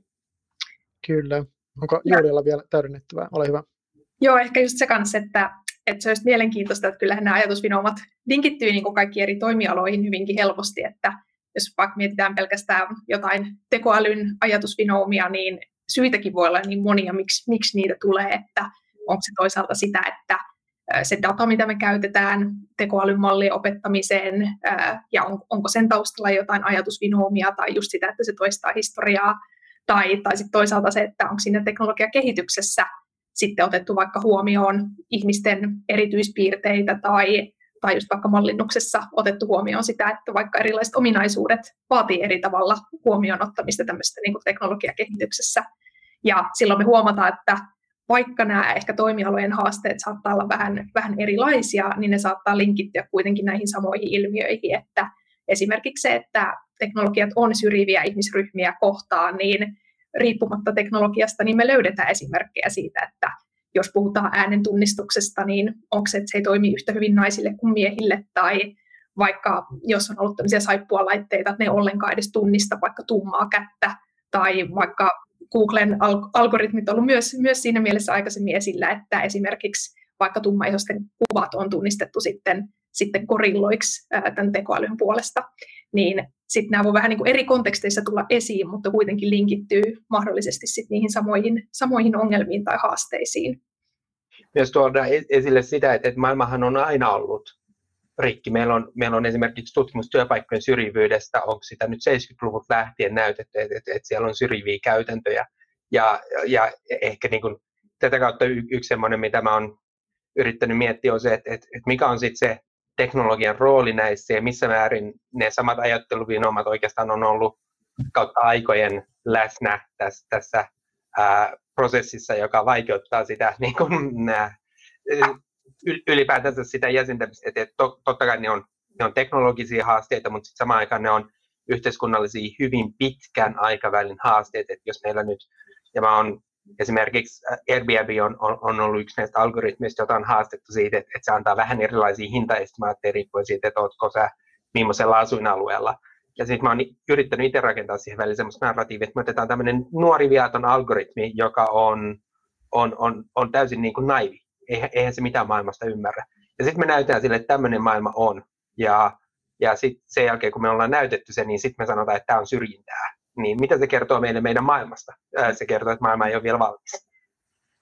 Kyllä. Onko Julialla vielä täydennettävää? Ole hyvä. Joo, ehkä just se kanssa, että, että se olisi mielenkiintoista, että kyllähän nämä ajatusvinoumat linkittyy niin kuin kaikki eri toimialoihin hyvinkin helposti, että jos vaikka mietitään pelkästään jotain tekoälyn ajatusvinoumia, niin syitäkin voi olla niin monia, miksi, miksi niitä tulee, että onko se toisaalta sitä, että se data, mitä me käytetään tekoälyn mallien opettamiseen, ja on, onko sen taustalla jotain ajatusvinoumia, tai just sitä, että se toistaa historiaa, tai, tai sitten toisaalta se, että onko siinä teknologiakehityksessä sitten otettu vaikka huomioon ihmisten erityispiirteitä, tai tai just vaikka mallinnuksessa otettu huomioon sitä, että vaikka erilaiset ominaisuudet vaatii eri tavalla huomioon ottamista tämmöistä niin kuin teknologiakehityksessä. Ja silloin me huomataan, että vaikka nämä ehkä toimialojen haasteet saattaa olla vähän, vähän erilaisia, niin ne saattaa linkittyä kuitenkin näihin samoihin ilmiöihin, että esimerkiksi se, että teknologiat on syrjiviä ihmisryhmiä kohtaan, niin riippumatta teknologiasta, niin me löydetään esimerkkejä siitä, että jos puhutaan äänen tunnistuksesta, niin onko se, että se ei toimi yhtä hyvin naisille kuin miehille, tai vaikka jos on ollut tämmöisiä saippualaitteita, että ne ollenkaan edes tunnista vaikka tummaa kättä, tai vaikka Googlen algoritmit on ollut myös, myös siinä mielessä aikaisemmin esillä, että esimerkiksi vaikka tummaihoisten kuvat on tunnistettu sitten, sitten gorilloiksi ää, tämän tekoälyn puolesta, niin sitten nämä voi vähän niin kuin eri konteksteissa tulla esiin, mutta kuitenkin linkittyy mahdollisesti sitten niihin samoihin, samoihin ongelmiin tai haasteisiin. Myös tuoda esille sitä, että maailmahan on aina ollut rikki. Meillä on, meillä on esimerkiksi tutkimustyöpaikkojen syrjivyydestä, onko sitä nyt seitsemänkymmentäluvulta lähtien näytetty, että, että, että siellä on syrjiviä käytäntöjä. Ja, ja ehkä niin kuin tätä kautta y- yksi semmoinen, mitä mä oon yrittänyt miettiä, on se, että, että, että mikä on sitten se teknologian rooli näissä ja missä määrin ne samat ajatteluvinoumat oikeastaan on ollut kautta aikojen läsnä tässä, tässä ää, prosessissa, joka vaikeuttaa sitä niin kuin, nää, ylipäätänsä sitä jäsentämistä. Et, et to, totta kai ne on, ne on teknologisia haasteita, mutta sitten samaan aikaan ne on yhteiskunnallisia hyvin pitkän aikavälin haasteita. Et jos meillä nyt, ja mä oon esimerkiksi Airbnb on, on, on ollut yksi näistä algoritmista, jota on haastettu siitä, että, että se antaa vähän erilaisia hintaestimaatteja riippuen siitä, että oletko sä millaisella asuinalueella. Ja sitten mä oon yrittänyt itse rakentaa siihen väliin semmoista narratiivia, että me otetaan tämmöinen nuori viaton algoritmi, joka on, on, on, on täysin niin kuin naivi. Eihän se mitään maailmasta ymmärrä. Ja sitten me näytetään sille, että tämmöinen maailma on. Ja, ja sitten sen jälkeen, kun me ollaan näytetty se, niin sitten me sanotaan, että tämä on syrjintää. Niin mitä se kertoo meille meidän maailmasta? Se kertoo, että maailma ei ole vielä valmis.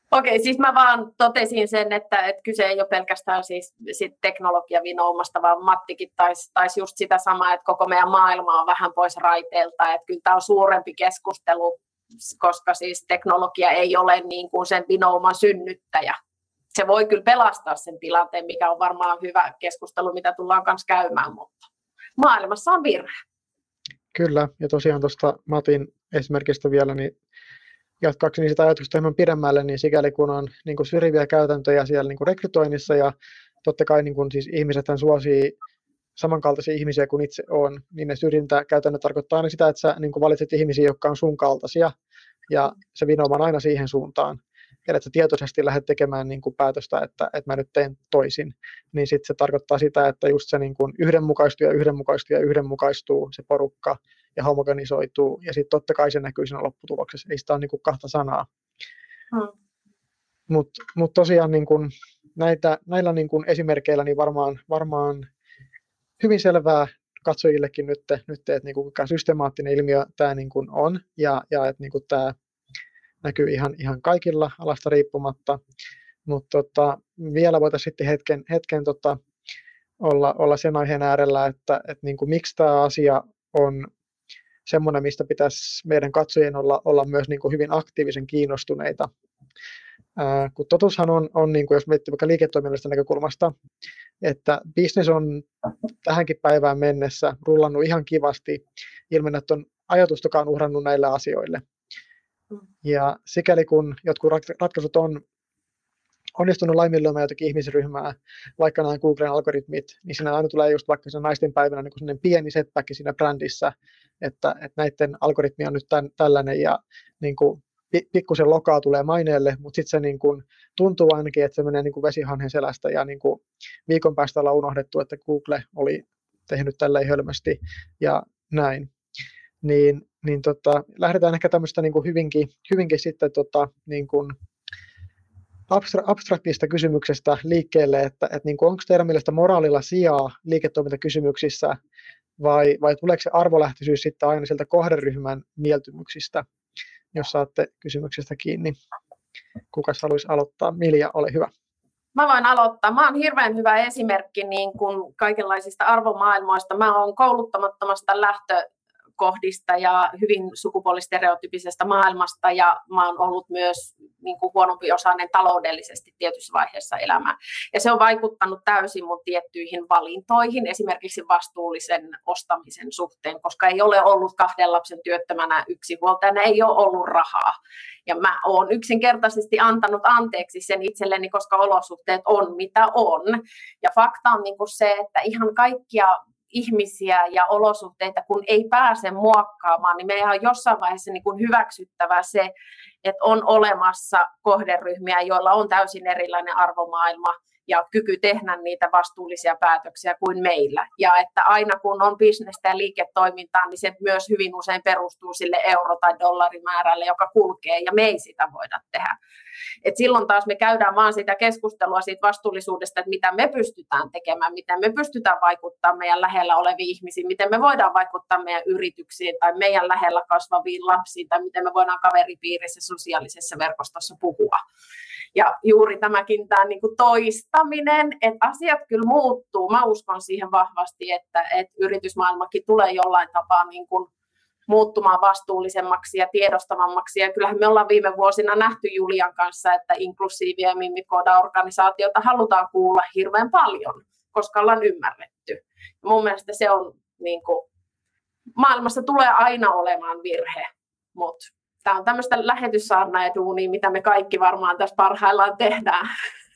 Okei, siis mä vaan totesin sen, että, että kyse ei ole pelkästään siis sit teknologiavinoumasta, vaan Mattikin taisi tais just sitä samaa, että koko meidän maailma on vähän pois raiteilta, että kyllä tämä on suurempi keskustelu, koska siis teknologia ei ole niin kuin sen vinouman synnyttäjä. Se voi kyllä pelastaa sen tilanteen, mikä on varmaan hyvä keskustelu, mitä tullaan kanssa käymään, mutta maailmassa on virhe. Kyllä, ja tosiaan tuosta Matin esimerkistä vielä, niin jatkaakseni sitä ajatusta hieman pidemmälle, niin sikäli kun on niin kuin syrjiviä käytäntöjä siellä niin kuin rekrytoinnissa, ja totta kai niin kuin siis ihmisethän suosii samankaltaisia ihmisiä kuin itse on, niin ne syrjintäkäytännöt tarkoittaa aina sitä, että sä niin kuin valitset ihmisiä, jotka on sun kaltaisia, ja se vinouma on aina siihen suuntaan. Ja että sä tietoisesti lähdet tekemään niin kuin päätöstä, että, että mä nyt teen toisin, niin sitten se tarkoittaa sitä, että just se niin kuin yhdenmukaistuu ja yhdenmukaistuu ja yhdenmukaistuu se porukka ja homogenisoituu, ja sitten totta kai se näkyy siinä lopputuloksessa. Ei sitä ole niin kuin kahta sanaa. Hmm. Mutta mut tosiaan niin kuin näitä, näillä niin kuin esimerkkeillä niin varmaan, varmaan hyvin selvää katsojillekin nyt, nyt että niin kuin systemaattinen ilmiö tämä niin kuin on, ja, ja että niin kuin tämä näkyy ihan, ihan kaikilla alasta riippumatta, mutta tota, vielä voitaisiin sitten hetken, hetken tota, olla, olla sen aiheen äärellä, että, että niin kuin, miksi tämä asia on semmoinen, mistä pitäisi meidän katsojien olla, olla myös niin kuin hyvin aktiivisen kiinnostuneita. Ää, kun totuushan on, on niin kuin jos miettii vaikka liiketoiminnallisesta näkökulmasta, että business on tähänkin päivään mennessä rullannut ihan kivasti ilman, että on ajatustakaan uhrannut näille asioille. Ja sikäli kun jotkut ratkaisut on onnistunut laiminlyömään jotakin ihmisryhmää, vaikka nämä Googlen algoritmit, niin siinä aina tulee just vaikka sen naisten päivänä niin sellainen pieni setback siinä brändissä, että, että näiden algoritmi on nyt tämän, tällainen ja niin kuin, pikkusen lokaa tulee maineelle, mutta sitten se niin kuin, tuntuu ainakin, että se menee niin kuin vesihanhen selästä ja niin kuin, viikon päästä ollaan unohdettu, että Google oli tehnyt tälleen hölmösti ja näin. Niin, niin tota, lähdetään ehkä tämmöistä niin kuin hyvinkin, hyvinkin sitten tota, niin kuin abstra- abstraktista kysymyksestä liikkeelle, että, että niin kuin onko teidän mielestä moraalilla sijaa liiketoimintakysymyksissä vai, vai tuleeko se arvolähtöisyys sitten aina sieltä kohderyhmän mieltymyksistä, jos saatte kysymyksestä kiinni. Kukas haluaisi aloittaa? Milja, ole hyvä. Mä voin aloittaa. Mä oon hirveän hyvä esimerkki niin kuin kaikenlaisista arvomaailmoista. Mä oon kouluttamattomasta lähtö kohdista ja hyvin sukupuolistereotypisesta maailmasta ja mä oon ollut myös niin kuin huonompi osainen taloudellisesti tietyssä vaiheessa elämää. Ja se on vaikuttanut täysin mun tiettyihin valintoihin, esimerkiksi vastuullisen ostamisen suhteen, koska ei ole ollut kahden lapsen työttömänä yksinhuoltajana, ei ole ollut rahaa. Ja mä oon yksinkertaisesti antanut anteeksi sen itselleni, koska olosuhteet on mitä on. Ja fakta on niin kuin se, että ihan kaikkia ihmisiä ja olosuhteita, kun ei pääse muokkaamaan, niin meidän on jossain vaiheessa niin kuin hyväksyttävä se, että on olemassa kohderyhmiä, joilla on täysin erilainen arvomaailma ja kyky tehdä niitä vastuullisia päätöksiä kuin meillä. Ja että aina kun on bisnestä ja liiketoimintaa, niin se myös hyvin usein perustuu sille euro- tai dollarimäärälle, joka kulkee, ja me ei sitä voida tehdä. Et silloin taas me käydään vaan sitä keskustelua siitä vastuullisuudesta, että mitä me pystytään tekemään, miten me pystytään vaikuttamaan meidän lähellä oleviin ihmisiin, miten me voidaan vaikuttaa meidän yrityksiin tai meidän lähellä kasvaviin lapsiin, tai miten me voidaan kaveripiirissä sosiaalisessa verkostossa puhua. Ja juuri tämäkin tämä niin kuin toistaminen, että asiat kyllä muuttuu. Mä uskon siihen vahvasti, että, että yritysmaailmakin tulee jollain tapaa niin kuin muuttumaan vastuullisemmaksi ja tiedostavammaksi. Ja kyllähän me ollaan viime vuosina nähty Julian kanssa, että inklusiivia ja Mimikooda-organisaatiota halutaan kuulla hirveän paljon, koska ollaan ymmärretty. Ja mun mielestä se on, niin kuin, maailmassa tulee aina olemaan virhe, mutta tämä on tämmöistä lähetyssaarnaajaduunia, mitä me kaikki varmaan tässä parhaillaan tehdään.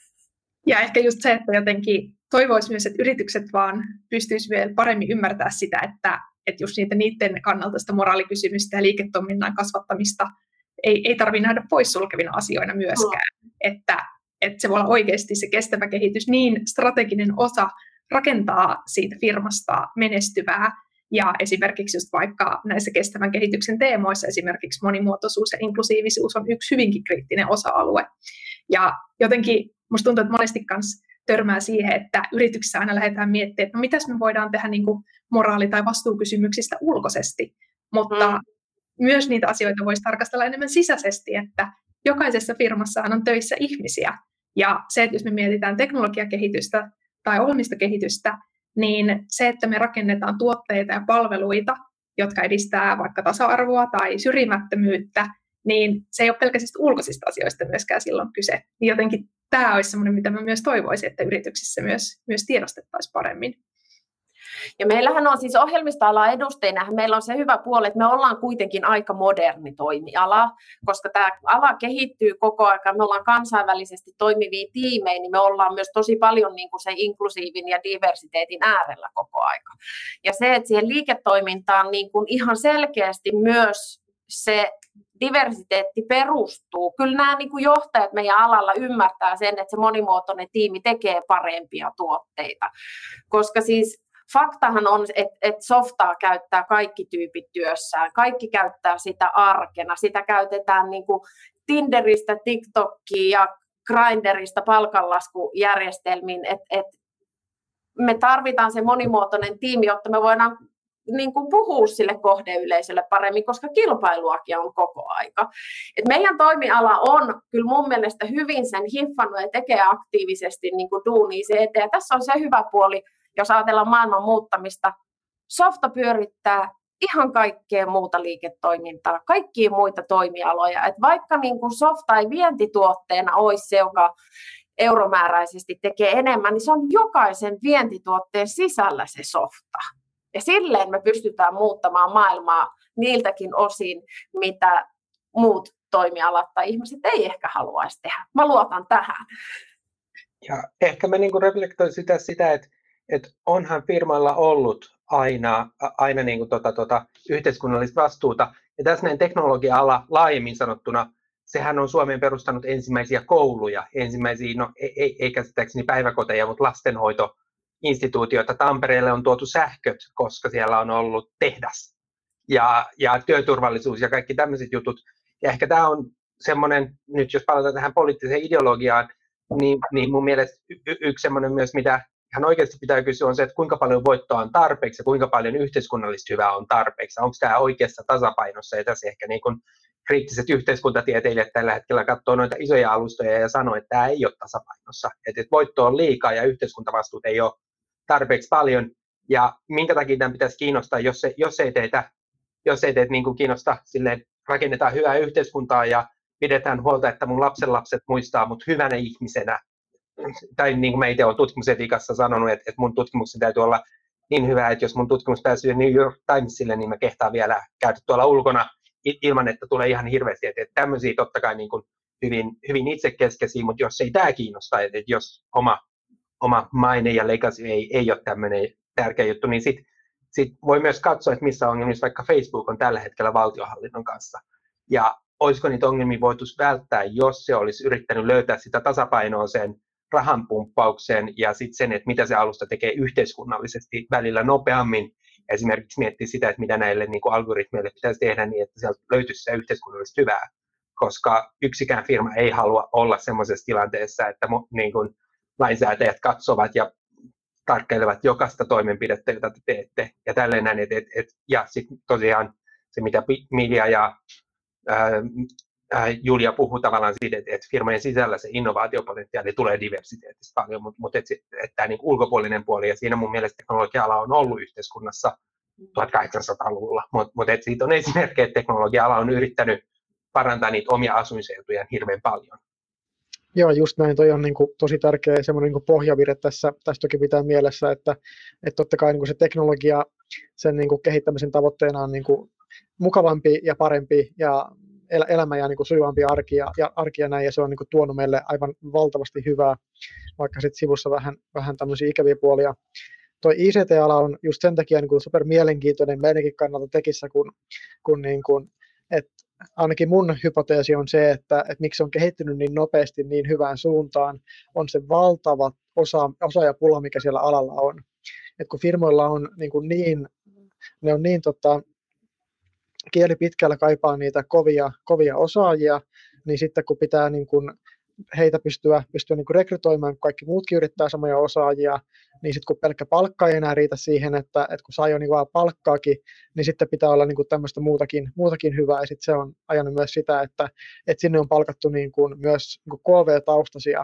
Ja ehkä just se, että jotenkin toivoisi myös, että yritykset vaan pystyisivät vielä paremmin ymmärtää sitä, että, että just niitä niiden kannalta sitä moraalikysymystä ja liiketoiminnan kasvattamista ei, ei tarvitse nähdä poissulkevina asioina myöskään. Mm. Että, että se voi olla oikeasti se kestävä kehitys niin strateginen osa rakentaa siitä firmasta menestyvää. Ja esimerkiksi just vaikka näissä kestävän kehityksen teemoissa esimerkiksi monimuotoisuus ja inklusiivisuus on yksi hyvinkin kriittinen osa-alue. Ja jotenkin musta tuntuu, että monesti kanssa törmää siihen, että yrityksissä aina lähdetään miettimään, että no mitäs me voidaan tehdä niin kuin moraali- tai vastuukysymyksistä ulkoisesti. Mutta mm. myös niitä asioita voisi tarkastella enemmän sisäisesti, että jokaisessa firmassaan on töissä ihmisiä. Ja se, että jos me mietitään teknologiakehitystä tai ohjelmistokehitystä, niin se, että me rakennetaan tuotteita ja palveluita, jotka edistää vaikka tasa-arvoa tai syrjimättömyyttä, niin se ei ole pelkästään ulkoisista asioista myöskään silloin kyse. Jotenkin tämä olisi sellainen, mitä mä myös toivoisin, että yrityksissä myös, myös tiedostettaisiin paremmin. Ja meillähän on siis ohjelmistoalan edustajina, meillä on se hyvä puoli, että me ollaan kuitenkin aika moderni toimiala, koska tämä ala kehittyy koko ajan, me ollaan kansainvälisesti toimivia tiimejä, niin me ollaan myös tosi paljon niin kuin se inklusiivin ja diversiteetin äärellä koko aika. Ja se, että siihen liiketoimintaan niin kuin ihan selkeästi myös se diversiteetti perustuu. Kyllä nämä niin kuin johtajat meidän alalla ymmärtää sen, että se monimuotoinen tiimi tekee parempia tuotteita, koska siis faktahan on, että, että softaa käyttää kaikki tyypit työssään, kaikki käyttää sitä arkena, sitä käytetään niin kuin Tinderistä, TikTokiin ja Grindrista palkanlaskujärjestelmiin, että, että me tarvitaan se monimuotoinen tiimi, jotta me voidaan niin kuin puhua sille kohdeyleisölle paremmin, koska kilpailuakin on koko aika. Et meidän toimiala on kyllä mun mielestä hyvin sen hiffannut ja tekee aktiivisesti niin kuin duunia se eteen. Ja tässä on se hyvä puoli, jos ajatellaan maailman muuttamista. Softa pyörittää ihan kaikkea muuta liiketoimintaa, kaikkia muita toimialoja. Et vaikka niin kuin softa ei vientituotteena olisi se, joka euromääräisesti tekee enemmän, niin se on jokaisen vientituotteen sisällä se softa. Ja silleen me pystytään muuttamaan maailmaa niiltäkin osin, mitä muut toimialat tai ihmiset ei ehkä haluaisi tehdä. Mä luotan tähän. Ja ehkä mä niin kuin reflektoin sitä, sitä että, että onhan firmalla ollut aina, aina niin kuin tota, tota, yhteiskunnallista vastuuta. Ja tässä näin teknologia-ala laajemmin sanottuna, sehän on Suomeen perustanut ensimmäisiä kouluja, ensimmäisiä, no ei, ei, ei käsittääkseni päiväkoteja, mutta lastenhoito. Instituutioita. Tampereelle on tuotu sähköt, koska siellä on ollut tehdas ja, ja työturvallisuus ja kaikki tämmöiset jutut. Ja ehkä tämä on semmoinen, nyt jos palataan tähän poliittiseen ideologiaan, niin, niin mun mielestä y- yksi semmoinen myös, mitä ihan oikeasti pitää kysyä, on se, että kuinka paljon voittoa on tarpeeksi ja kuinka paljon yhteiskunnallista hyvää on tarpeeksi. Onko tämä oikeassa tasapainossa? Ja tässä ehkä niin kun kriittiset yhteiskuntatieteilijät tällä hetkellä katsoo noita isoja alustoja ja sanoo, että tämä ei ole tasapainossa. Että voitto on liikaa ja yhteiskuntavastuut ei ole tarpeeksi paljon, ja minkä takia tämän pitäisi kiinnostaa, jos, se, jos ei teitä, jos ei teitä niin kuin kiinnosta, silleen rakennetaan hyvää yhteiskuntaa ja pidetään huolta, että mun lapsenlapset muistaa mut hyvänä ihmisenä, tai niin kuin mä itse olen tutkimusetiikassa sanonut, että, että mun tutkimuksen täytyy olla niin hyvä, että jos mun tutkimus pääsee New York Timesille, niin mä kehtaan vielä käydä tuolla ulkona ilman, että tulee ihan hirveästi, että, että tämmöisiä totta kai niin kuin hyvin, hyvin itsekeskeisiä, mutta jos ei tämä kiinnosta, että, että jos oma oma maine ja legacy ei, ei ole tämmöinen tärkeä juttu, niin sitten sit voi myös katsoa, että missä ongelmissa vaikka Facebook on tällä hetkellä valtionhallinnon kanssa. Ja olisiko niitä ongelmia voitu välttää, jos se olisi yrittänyt löytää sitä tasapainoa sen rahanpumppaukseen ja sitten sen, että mitä se alusta tekee yhteiskunnallisesti välillä nopeammin. Esimerkiksi miettiä sitä, että mitä näille niin kuin algoritmeille pitäisi tehdä niin, että sieltä löytyisi se yhteiskunnallisesti hyvää. Koska yksikään firma ei halua olla semmoisessa tilanteessa, että niin kuin lainsäätäjät katsovat ja tarkkailevat jokaista toimenpidettä, jota te teette. Ja tälleen näin, et, et, et, ja sitten tosiaan se, mitä Milja ja ää, ää, Julia puhuu tavallaan siitä, että et firmojen sisällä se innovaatiopotentiaali tulee diversiteetistä paljon, mutta mut että et tämä niinku ulkopuolinen puoli, ja siinä mun mielestä teknologia-ala on ollut yhteiskunnassa tuhatkahdeksansataaluvulla, mutta mut siitä on esimerkkejä, että teknologia-ala on yrittänyt parantaa niitä omia asuinseutujaan hirveän paljon. Joo, just näin. Toi on niin kuin tosi tärkeä semmoinen niin kuin pohjavire tässä. Tässä toki pitää mielessä, että, että totta kai niin kuin se teknologia, sen niin kuin kehittämisen tavoitteena on niin kuin mukavampi ja parempi ja elämä ja niin kuin sujuvampi arki ja, ja arki ja näin, ja se on niin kuin tuonut meille aivan valtavasti hyvää, vaikka sitten sivussa vähän, vähän tämmöisiä ikäviä puolia. Toi I C T-ala on just sen takia niin kuin super mielenkiintoinen meidänkin kannalta tekissä, kun, kun niin kuin, että ainakin mun hypoteesi on se, että, että miksi se on kehittynyt niin nopeasti niin hyvään suuntaan, on se valtava osa, osaajapula, mikä siellä alalla on. Et kun firmoilla on niin, kuin niin ne on niin tota, kieli pitkällä kaipaa niitä kovia, kovia osaajia, niin sitten kun pitää niin kuin heitä pystyä, pystyä niin kuin rekrytoimaan, kun kaikki muutkin yrittää samoja osaajia, niin sitten kun pelkkä palkka ei enää riitä siihen, että, että kun saa jo niin vaan palkkaakin, niin sitten pitää olla niin kuin tämmöistä muutakin, muutakin hyvää, ja sitten se on ajanut myös sitä, että, että sinne on palkattu niin kuin myös niin kuin K V-taustaisia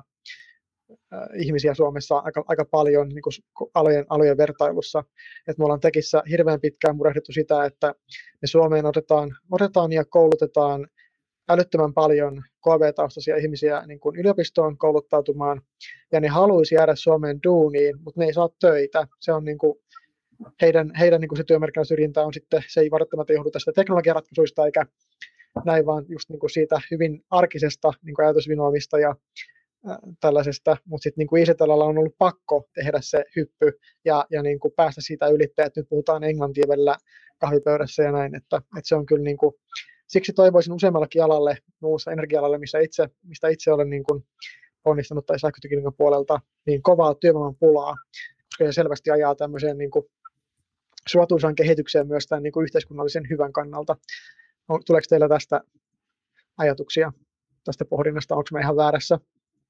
ihmisiä Suomessa aika, aika paljon niin kuin alojen, alojen vertailussa. Et me ollaan Tekissä hirveän pitkään murehdittu sitä, että me Suomeen otetaan, otetaan ja koulutetaan älyttömän paljon K V-taustaisia ihmisiä niin kuin yliopistoon kouluttautumaan, ja ne haluaisi jäädä Suomeen duuniin, mutta ne ei saa töitä. Se on niin kuin heidän, heidän niin kuin se työmarkkinasyrjintä on sitten, se ei välttämättä johdu tästä teknologiaratkaisuista eikä näin, vaan just niin kuin siitä hyvin arkisesta niin kuin ajatusvinoimista ja tällaisesta, mutta sitten niin kuin I C T-alalla on ollut pakko tehdä se hyppy ja, ja niin kuin päästä siitä ylittäen, että nyt puhutaan englantia välillä kahvipöydässä ja näin, että, että se on kyllä niin kuin, siksi toivoisin useammallakin alalle, muussa energia-alalle, missä itse, mistä itse olen niin kuin onnistunut tai sähkötekniikan puolelta, niin kovaa työvoiman pulaa, koska se selvästi ajaa tämmöiseen niin kuin suotuisaan kehitykseen myös tämän niin kuin yhteiskunnallisen hyvän kannalta. Tuleeko teillä tästä ajatuksia tästä pohdinnasta, onko me ihan väärässä?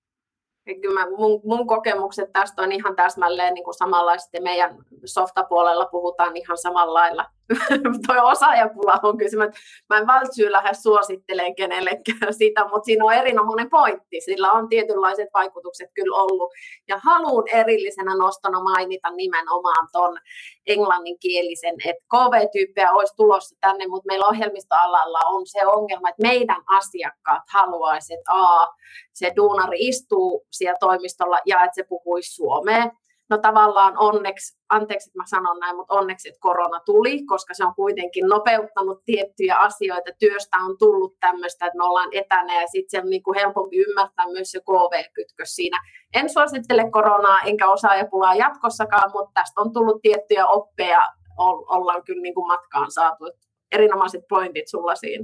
Kyllä mä, mun, mun kokemukset tästä on ihan täsmälleen niin kuin samanlaiset, ja meidän softapuolella puhutaan ihan samalla lailla. Tuo osaajapula on kyllä, että mä en vältsyy lähde suosittelemaan kenellekään sitä, mutta siinä on erinomainen pointti. Sillä on tietynlaiset vaikutukset kyllä ollut. Ja haluan erillisenä nostona mainita nimenomaan ton englanninkielisen, että K V-tyyppejä olisi tulossa tänne, mutta meillä ohjelmistoalalla on se ongelma, että meidän asiakkaat haluaisivat, että a, se duunari istuu siellä toimistolla ja että se puhuisi suomea. No tavallaan onneksi, anteeksi että mä sanon näin, mutta onneksi, että korona tuli, koska se on kuitenkin nopeuttanut tiettyjä asioita. Työstä on tullut tämmöistä, että me ollaan etänä ja sitten se on niin kuin helpompi ymmärtää myös se K V-kytkös siinä. En suosittele koronaa enkä osaajapulaa jatkossakaan, mutta tästä on tullut tiettyjä oppeja, ollaan kyllä niin kuin matkaan saatu. Erinomaiset pointit sulla siinä.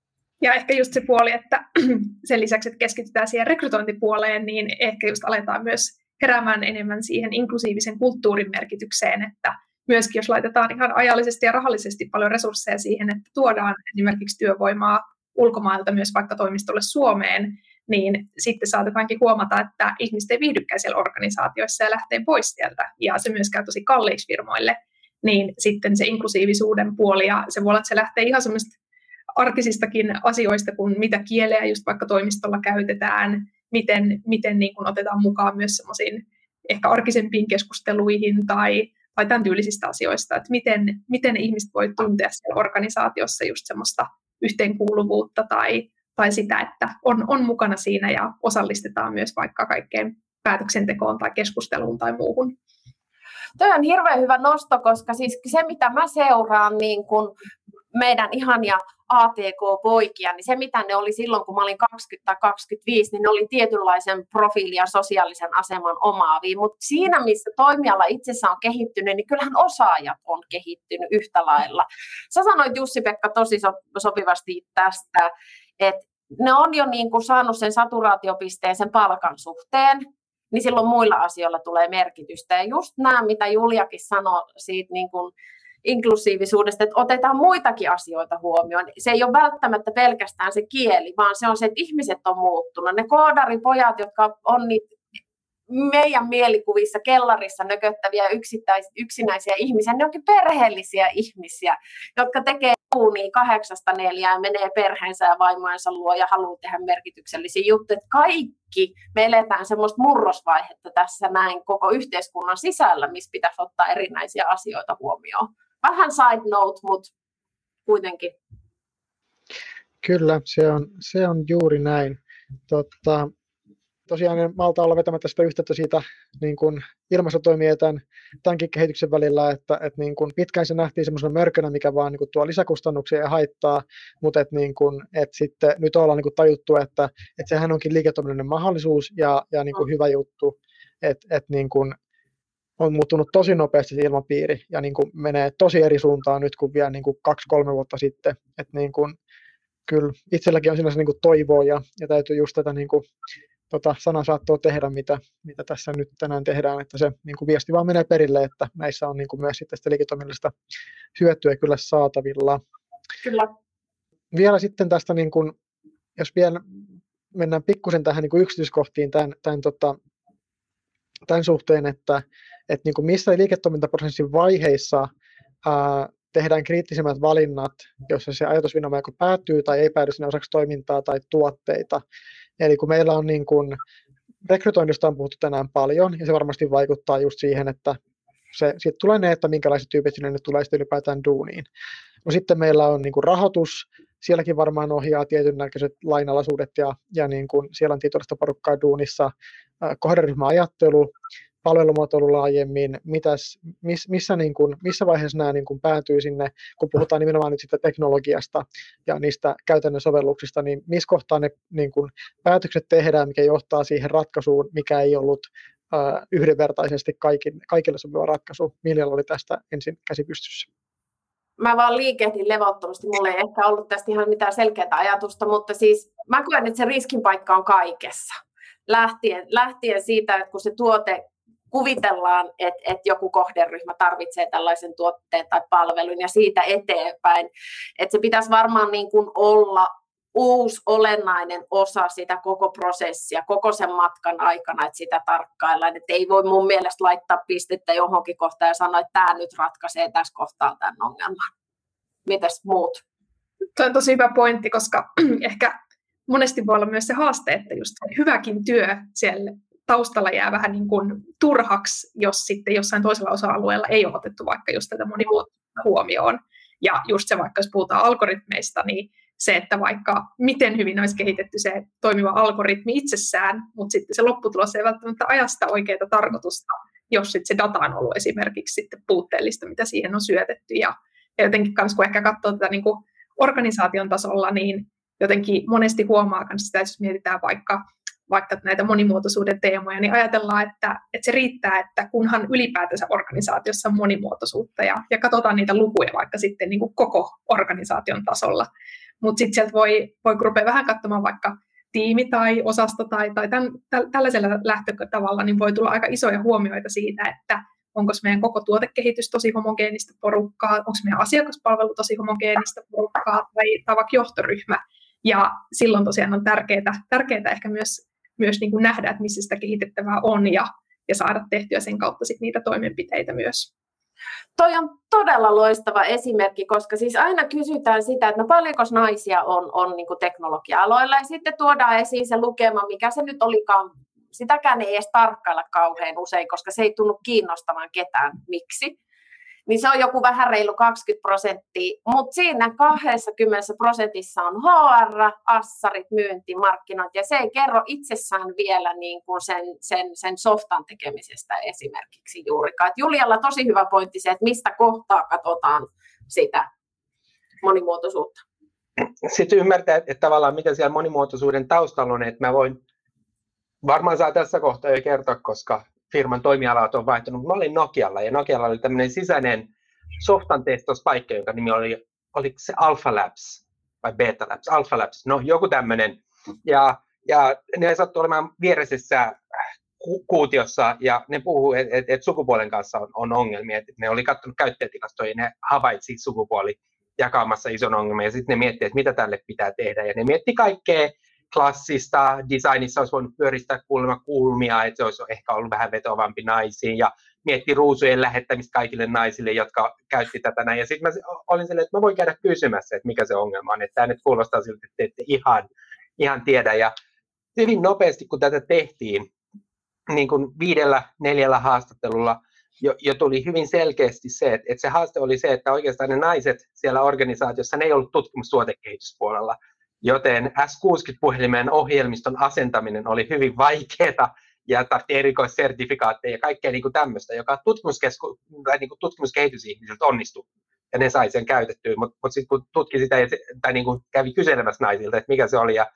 Ja ehkä just se puoli, että sen lisäksi, että keskitytään siihen rekrytointipuoleen, niin ehkä just aletaan myös heräämään enemmän siihen inklusiivisen kulttuurin merkitykseen, että myöskin jos laitetaan ihan ajallisesti ja rahallisesti paljon resursseja siihen, että tuodaan esimerkiksi työvoimaa ulkomailta myös vaikka toimistolle Suomeen, niin sitten saatetaankin huomata, että ihmiset ei viihdykään siellä organisaatioissa ja lähtee pois sieltä, ja se myös käy tosi kalliiksi firmoille, niin sitten se inklusiivisuuden puoli, ja se voi olla, että se lähtee ihan semmoista arkisistakin asioista, kuin mitä kieleä just vaikka toimistolla käytetään, miten, miten niin kun otetaan mukaan myös semmoisiin ehkä arkisempiin keskusteluihin tai, tai tämän tyylisistä asioista, että miten, miten ihmiset voi tuntea siellä organisaatiossa just semmoista yhteenkuuluvuutta tai, tai sitä, että on, on mukana siinä ja osallistetaan myös vaikka kaikkeen päätöksentekoon tai keskusteluun tai muuhun. Toi on hirveän hyvä nosto, koska siis se, mitä mä seuraan niin kun meidän ihania A T K-poikia, niin se, mitä ne oli silloin, kun mä olin kaksikymmentä tai kaksikymmentäviisi, niin ne oli tietynlaisen profiilin ja sosiaalisen aseman omaavia. Mutta siinä, missä toimiala itsessään on kehittynyt, niin kyllähän osaajat on kehittynyt yhtä lailla. Sä sanoit, Jussi-Pekka, tosi sopivasti tästä, että ne on jo niin kuin saanut sen saturaatiopisteen sen palkan suhteen, niin silloin muilla asioilla tulee merkitystä. Ja just nämä, mitä Juliakin sanoi siitä niin kuin inklusiivisuudesta, että otetaan muitakin asioita huomioon. Se ei ole välttämättä pelkästään se kieli, vaan se on se, että ihmiset on muuttunut. Ne koodaripojat, jotka on niitä meidän mielikuvissa kellarissa nököttäviä yksinäisiä ihmisiä, ne onkin perheellisiä ihmisiä, jotka tekee duunia kahdeksasta neljään, menee perheensä ja vaimoensa luo ja haluaa tehdä merkityksellisiä juttuja. Kaikki me eletään semmoista murrosvaihetta tässä näin koko yhteiskunnan sisällä, missä pitäisi ottaa erinäisiä asioita huomioon. Vähän side note, mutta kuitenkin. Kyllä, se on, se on juuri näin. Totta, tosiaan en malta olla vetämättä sitä yhteyttä siitä niin kuin ilmastotoimia tämän, tämänkin kehityksen välillä, että, että niin kuin pitkään se nähtiin semmoisena mörkönä, mikä vaan niin kuin tuo lisäkustannuksia ja haittaa, mutta että, niin kuin, että sitten nyt ollaan niin kuin tajuttu, että, että sehän onkin liiketoiminnallinen mahdollisuus ja, ja niin kuin hyvä juttu, että, että niin kuin on muuttunut tosi nopeasti se ilmapiiri ja niin kuin menee tosi eri suuntaan nyt kuin vielä niin kuin kaksi kolme vuotta sitten, että niin kuin, kyllä itselläkin on sinänsä niin kuin toivoa ja, ja täytyy just tätä niin kuin Tota, sana saattoi tehdä, mitä, mitä tässä nyt tänään tehdään, että se niin kuin viesti vaan menee perille, että näissä on niin kuin myös sitten sitä liiketoiminnallista hyötyä kyllä saatavilla. Kyllä. Vielä sitten tästä, niin kuin, jos vielä mennään pikkusen tähän niin kuin yksityiskohtiin tämän, tämän, tota, tämän suhteen, että, että niin kuin missä liiketoimintaprosessin vaiheissa ää, tehdään kriittisimmät valinnat, jossa se ajatusvinoma joko päätyy tai ei päädy sinne osaksi toimintaa tai tuotteita. Eli kun meillä on niin kuin, rekrytoinnista on puhuttu tänään paljon, ja se varmasti vaikuttaa just siihen, että se, siitä tulee ne, että minkälaiset tyypit sinne tulee sitten ylipäätään duuniin. No sitten meillä on niin kuin rahoitus, sielläkin varmaan ohjaa tietyn näköiset lainalaisuudet, ja, ja niin kuin siellä on tietoista porukkaa duunissa, kohderyhmäajattelu, palvelumuotoilu laajemmin, mitäs, miss, missä, niin kuin, missä vaiheessa nämä niin kuin päätyy sinne, kun puhutaan nimenomaan nyt sitä teknologiasta ja niistä käytännön sovelluksista, niin missä kohtaa ne niin kuin, päätökset tehdään, mikä johtaa siihen ratkaisuun, mikä ei ollut uh, yhdenvertaisesti kaikille, kaikille sopiva ratkaisu. Miljalla oli tästä ensin käsi pystyssä. Mä vaan liikehdin levottomasti, mulla ei ehkä ollut tästä ihan mitään selkeää ajatusta, mutta siis mä koen, että se riskin paikka on kaikessa. Lähtien, lähtien siitä, että kun se tuote kuvitellaan, että, että joku kohderyhmä tarvitsee tällaisen tuotteen tai palvelun ja siitä eteenpäin, että se pitäisi varmaan niin kuin olla uusi olennainen osa sitä koko prosessia, koko sen matkan aikana, että sitä tarkkaillaan. Että ei voi mun mielestä laittaa pistettä johonkin kohtaan ja sanoa, että tämä nyt ratkaisee tässä kohtaa tämän ongelman. Mitäs muut? Tuo on tosi hyvä pointti, koska ehkä monesti voi olla myös se haaste, että just hyväkin työ siellä taustalla jää vähän niin kuin turhaksi, jos sitten jossain toisella osa-alueella ei ole otettu vaikka just tätä monimuotoisuutta huomioon. Ja just se, vaikka jos puhutaan algoritmeista, niin se, että vaikka miten hyvin olisi kehitetty se toimiva algoritmi itsessään, mutta sitten se lopputulos ei välttämättä aja sitä oikeaa tarkoitusta, jos sitten se data on ollut esimerkiksi sitten puutteellista, mitä siihen on syötetty. Ja, ja jotenkin myös, kun ehkä katsoo tätä niin kuin organisaation tasolla, niin jotenkin monesti huomaa myös sitä, jos mietitään vaikka, vaikka näitä monimuotoisuuden teemoja, niin ajatellaan, että, että se riittää, että kunhan ylipäätänsä organisaatiossa on monimuotoisuutta ja, ja katsotaan niitä lukuja vaikka sitten niin kuin koko organisaation tasolla. Mutta sitten sieltä voi, voi rupea vähän katsomaan vaikka tiimi tai osasto tai, tai tämän, tä, tällaisella lähtötavalla, niin voi tulla aika isoja huomioita siitä, että onko meidän koko tuotekehitys tosi homogeenista porukkaa, onko meidän asiakaspalvelu tosi homogeenista porukkaa tai, tai vaikka johtoryhmä. Ja silloin tosiaan on tärkeää, tärkeää ehkä myös, myös niin kuin nähdä, että missä sitä kehitettävää on ja, ja saada tehtyä sen kautta sit niitä toimenpiteitä myös. Toi on todella loistava esimerkki, koska siis aina kysytään sitä, että no paljonko naisia on, on niin kuin teknologia-aloilla ja sitten tuodaan esiin se lukema, mikä se nyt olikaan. Sitäkään ei edes tarkkailla kauhean usein, koska se ei tunnu kiinnostavan ketään. Miksi? Niin se on joku vähän reilu kaksikymmentä prosenttia, mutta siinä kaksikymmentä prosentissa on H R, assarit, myynti, markkinointi, ja se ei kerro itsessään vielä niin kuin sen, sen, sen softan tekemisestä esimerkiksi juurikaan. Et Julialla tosi hyvä pointti se, että mistä kohtaa katsotaan sitä monimuotoisuutta. Sitten ymmärtää, että tavallaan mitä siellä monimuotoisuuden taustalla on, että mä voin, varmaan saa tässä kohtaa jo kertoa, koska firman toimialat on vaihtunut. Mä olin Nokialla ja Nokialla oli tämmöinen sisäinen softan testauspaikka, jonka nimi oli, oliko se Alpha Labs vai Beta Labs, Alpha Labs, no joku tämmöinen. Ja, ja ne sattui olemaan viereisessä ku- kuutiossa ja ne puhuu, että et, et sukupuolen kanssa on, on ongelmia. Et ne oli katsonut käyttäjätilastoja ja ne havaitsi sukupuoli jakamassa ison ongelman ja sitten ne miettii, että mitä tälle pitää tehdä. Ja ne mietti kaikkea klassista, designissa olisi voinut pyöristää kuulemma kulmia, että se olisi ehkä ollut vähän vetovampi naisiin, ja mietti ruusujen lähettämistä kaikille naisille, jotka käytti tätä näin. Ja sitten mä olin silleen, että mä voin käydä kysymässä, että mikä se ongelma on, että tämä nyt kuulostaa siltä, että te ette ihan, ihan tiedä. Ja hyvin nopeasti, kun tätä tehtiin, niin kuin viidellä, neljällä haastattelulla, jo, jo tuli hyvin selkeästi se, että, että se haaste oli se, että oikeastaan ne naiset siellä organisaatiossa, ne ei ollut tutkimustuotekehityspuolella, joten S kuusikymmentä-puhelimen ohjelmiston asentaminen oli hyvin vaikeaa ja tarvitsi erikoissertifikaatteja ja kaikkea niin kuin tämmöistä, joka tutkimuskesku, tai niin kuin tutkimuskehitysihmisiltä onnistui. Ja ne sai sen käytettyä, mutta mut sitten kun tutki sitä ja se, tai niin kuin kävi kyselemässä naisilta, että mikä se oli, ja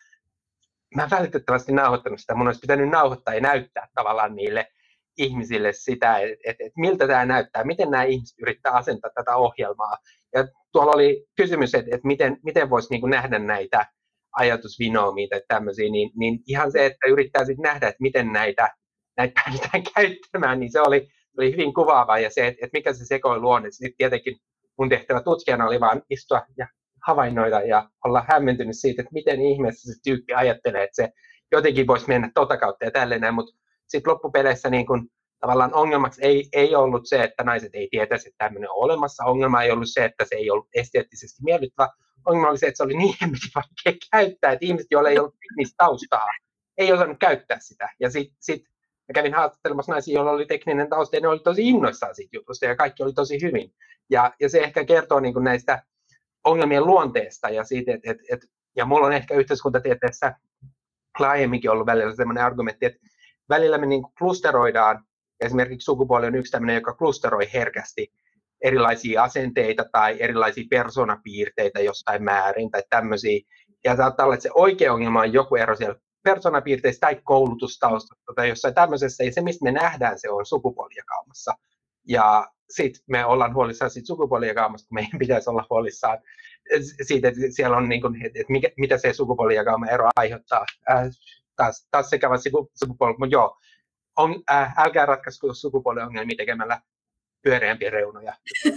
mä en välitettävästi nauhoittanut sitä, mun olisi pitänyt nauhoittaa ja näyttää tavallaan niille ihmisille sitä, että et, et miltä tämä näyttää, miten nämä ihmiset yrittää asentaa tätä ohjelmaa. Ja tuolla oli kysymys, että, että miten, miten voisi niin kuin nähdä näitä ajatusvinoomia tai tämmöisiä, niin, niin ihan se, että yrittää sitten nähdä, että miten näitä, näitä päädytään käyttämään, niin se oli, oli hyvin kuvaavaa. Ja se, että, että mikä se sekoilu on, että sitten tietenkin mun tehtävä tutkijana oli vaan istua ja havainnoida ja olla hämmentynyt siitä, että miten ihmeessä se tyyppi ajattelee, että se jotenkin voisi mennä tota kautta ja tälleen, mutta sitten loppupeleissä niin kun, tavallaan ongelmaksi ei, ei ollut se, että naiset ei tietäisi, että tämmöinen on olemassa. Ongelma ei ollut se, että se ei ollut esteettisesti miellyttävä. Ongelma oli se, että se oli niin hemmetin vaikea käyttää, että ihmiset, joilla ei ollut teknistä taustaa, ei osannut käyttää sitä. Ja sitten sit mä kävin haastattelemassa naisia, joilla oli tekninen tausta, ja ne oli tosi innoissaan siitä jutusta, ja kaikki oli tosi hyvin. Ja, ja se ehkä kertoo niin kuin näistä ongelmien luonteesta, ja siitä, että et, et, ja mulla on ehkä yhteiskuntatieteessä laajemminkin ollut välillä sellainen argumentti, että välillä me niin kuin klusteroidaan, esimerkiksi sukupuoli on yksi tämmöinen, joka klusteroi herkästi erilaisia asenteita tai erilaisia persoonapiirteitä jostain määrin tai tämmöisiä. Ja saattaa olla, että se oikea ongelma on joku ero siellä persoonapiirteissä tai koulutustaustasta tai jossain tämmöisessä. Ja se, mistä me nähdään, se on sukupuolijakaumassa. Ja sitten me ollaan huolissaan siitä sukupuolijakaumasta, kun meidän pitäisi olla huolissaan siitä, että siellä on, niin kuin, että mikä, mitä se sukupuolijakauma ero aiheuttaa. Äh, taas, taas sekava sukupuoli, mutta joo. On, äh, älkää ratkaisko sukupuoliongelmia tekemällä pyöreämpiä reunoja.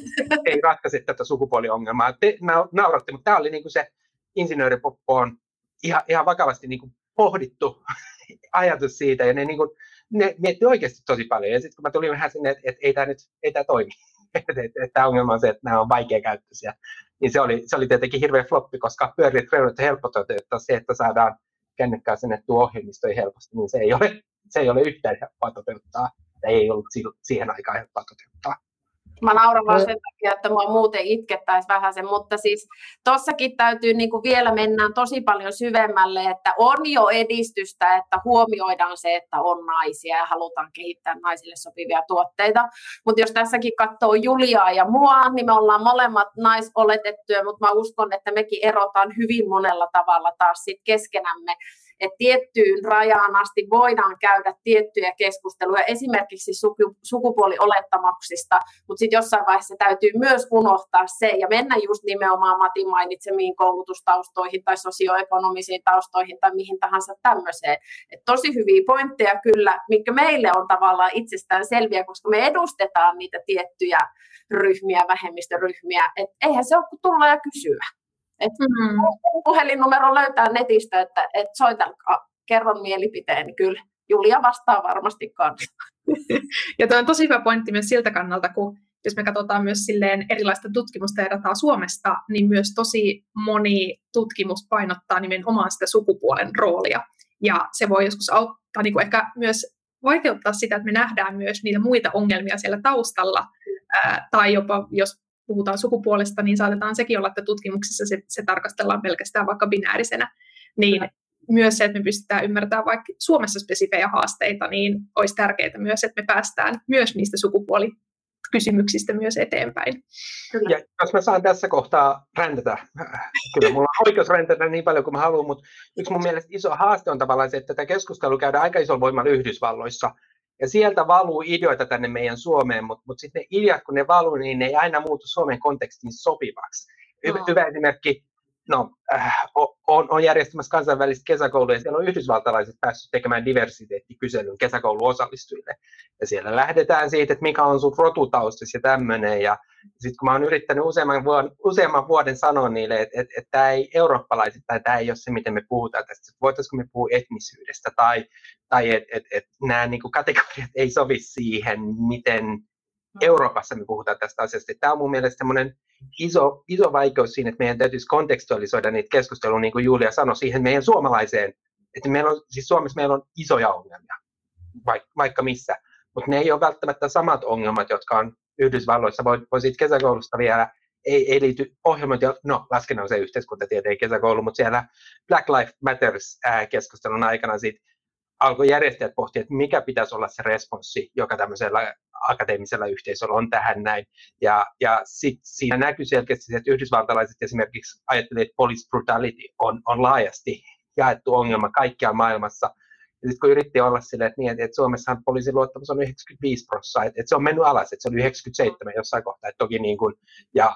Ei ratkaise tätä sukupuoliongelmaa. Te nauratte, mutta tämä oli niinku se insinööripoppoon ihan, ihan vakavasti niinku pohdittu ajatus siitä. Ja ne, niinku, ne mietti oikeasti tosi paljon. Ja sitten kun mä tulin vähän sinne, että et, ei tämä nyt ei tää toimi. että et, et, tämä ongelma on se, että nämä on vaikeakäyttöisiä. Niin se oli, se oli tietenkin hirveä floppi, koska pyöreät reunat on helppo toteuttaa. Se, että saadaan kännykkää asennettua ohjelmistoja helposti, niin se ei ole Se ei ole yhtään helppoa toteuttaa. Ei ollut siihen aikaan helppoa toteuttaa. Mä nauran vaan sen takia, että mua muuten itkettäisi vähän sen, mutta siis tossakin täytyy niin kuin vielä mennä tosi paljon syvemmälle, että on jo edistystä, että huomioidaan se, että on naisia ja halutaan kehittää naisille sopivia tuotteita. Mutta jos tässäkin katsoo Juliaa ja mua, niin me ollaan molemmat naisoletettuja, mutta mä uskon, että mekin erotaan hyvin monella tavalla taas sit keskenämme. Että tiettyyn rajaan asti voidaan käydä tiettyjä keskusteluja esimerkiksi sukupuoliolettamuksista, mutta sitten jossain vaiheessa täytyy myös unohtaa se ja mennä just nimenomaan Matin mainitsemiin koulutustaustoihin tai sosioekonomisiin taustoihin tai mihin tahansa tämmöiseen. Et tosi hyviä pointteja kyllä, mitkä meille on tavallaan itsestään selviä, koska me edustetaan niitä tiettyjä ryhmiä, vähemmistöryhmiä. Et eihän se ole kuin tulla ja kysyä. Et mm. puhelinnumero löytää netistä, että et soitan, kerron mielipiteeni, kyllä Julia vastaa varmasti kanssa. Ja tuo on tosi hyvä pointti myös siltä kannalta, kun jos me katsotaan myös silleen erilaista tutkimusta ja dataa Suomesta, niin myös tosi moni tutkimus painottaa nimenomaan sitä sukupuolen roolia. Ja se voi joskus auttaa niin kuin ehkä myös vaikeuttaa sitä, että me nähdään myös niitä muita ongelmia siellä taustalla, ää, tai jopa jos puhutaan sukupuolesta, niin saatetaan sekin olla, että tutkimuksissa se, se tarkastellaan pelkästään vaikka binäärisenä. Niin mm. myös se, että me pystytään ymmärtämään vaikka Suomessa spesifejä haasteita, niin olisi tärkeää myös, että me päästään myös niistä sukupuolikysymyksistä myös eteenpäin. Kyllä. Ja jos mä saan tässä kohtaa räntätä, kyllä mulla on oikeus räntätä niin paljon kuin mä haluan, mutta yksi mun mielestä iso haaste on tavallaan se, että tätä keskustelua käydään aika isolla voimalla Yhdysvalloissa. Ja sieltä valuu ideoita tänne meidän Suomeen, mutta, mutta sitten ne ideat, kun ne valuu, niin ne ei aina muutu Suomen kontekstiin sopivaksi. No. Hyvä esimerkki, no, äh, on, on järjestämässä kansainvälistä kesäkoulua, ja siellä on yhdysvaltalaiset päässyt tekemään diversiteettikyselyn kesäkouluosallistujille. Ja siellä lähdetään siitä, että mikä on sun rotutaustas ja tämmöinen. Ja sitten kun mä oon yrittänyt useamman vuoden, useamman vuoden sanoa niille, että, että, että tämä ei eurooppalaiset, tai tämä ei ole se, miten me puhutaan tästä, että voitaisiinko me puhua etnisyydestä, tai, tai että et, et, nämä niin kuin kategoriat ei sovi siihen, miten Euroopassa me puhutaan tästä asiasta. Tämä on mun mielestä semmoinen iso, iso vaikeus siinä, että meidän täytyisi kontekstualisoida niitä keskusteluja, niin kuin Julia sanoi, siihen meidän suomalaiseen. Että meillä on, siis Suomessa meillä on isoja ongelmia, vaikka, vaikka missä, mutta ne ei ole välttämättä samat ongelmat, jotka on Yhdysvalloissa. Voi, voi siitä kesäkoulusta vielä, ei, ei liity ohjelmointi, no laskennallisen yhteiskuntatieteen kesäkoulu, mutta siellä Black Lives Matters-keskustelun aikana siitä alkoi järjestäjät pohtia, että mikä pitäisi olla se responssi, joka tämmöisellä akateemisella yhteisöllä on tähän näin. Ja, ja sitten siinä näkyy selkeästi, että yhdysvaltalaiset esimerkiksi ajattelevat, että police brutality on, on laajasti jaettu ongelma kaikkialla maailmassa. Ja sitten kun yritti olla silleen, että, niin, että Suomessahan poliisin luottamus on yhdeksänkymmentäviisi prosenttia, että, että se on mennyt alas, että se oli yhdeksänkymmentäseitsemän jossain kohtaa. Että toki niin kuin, ja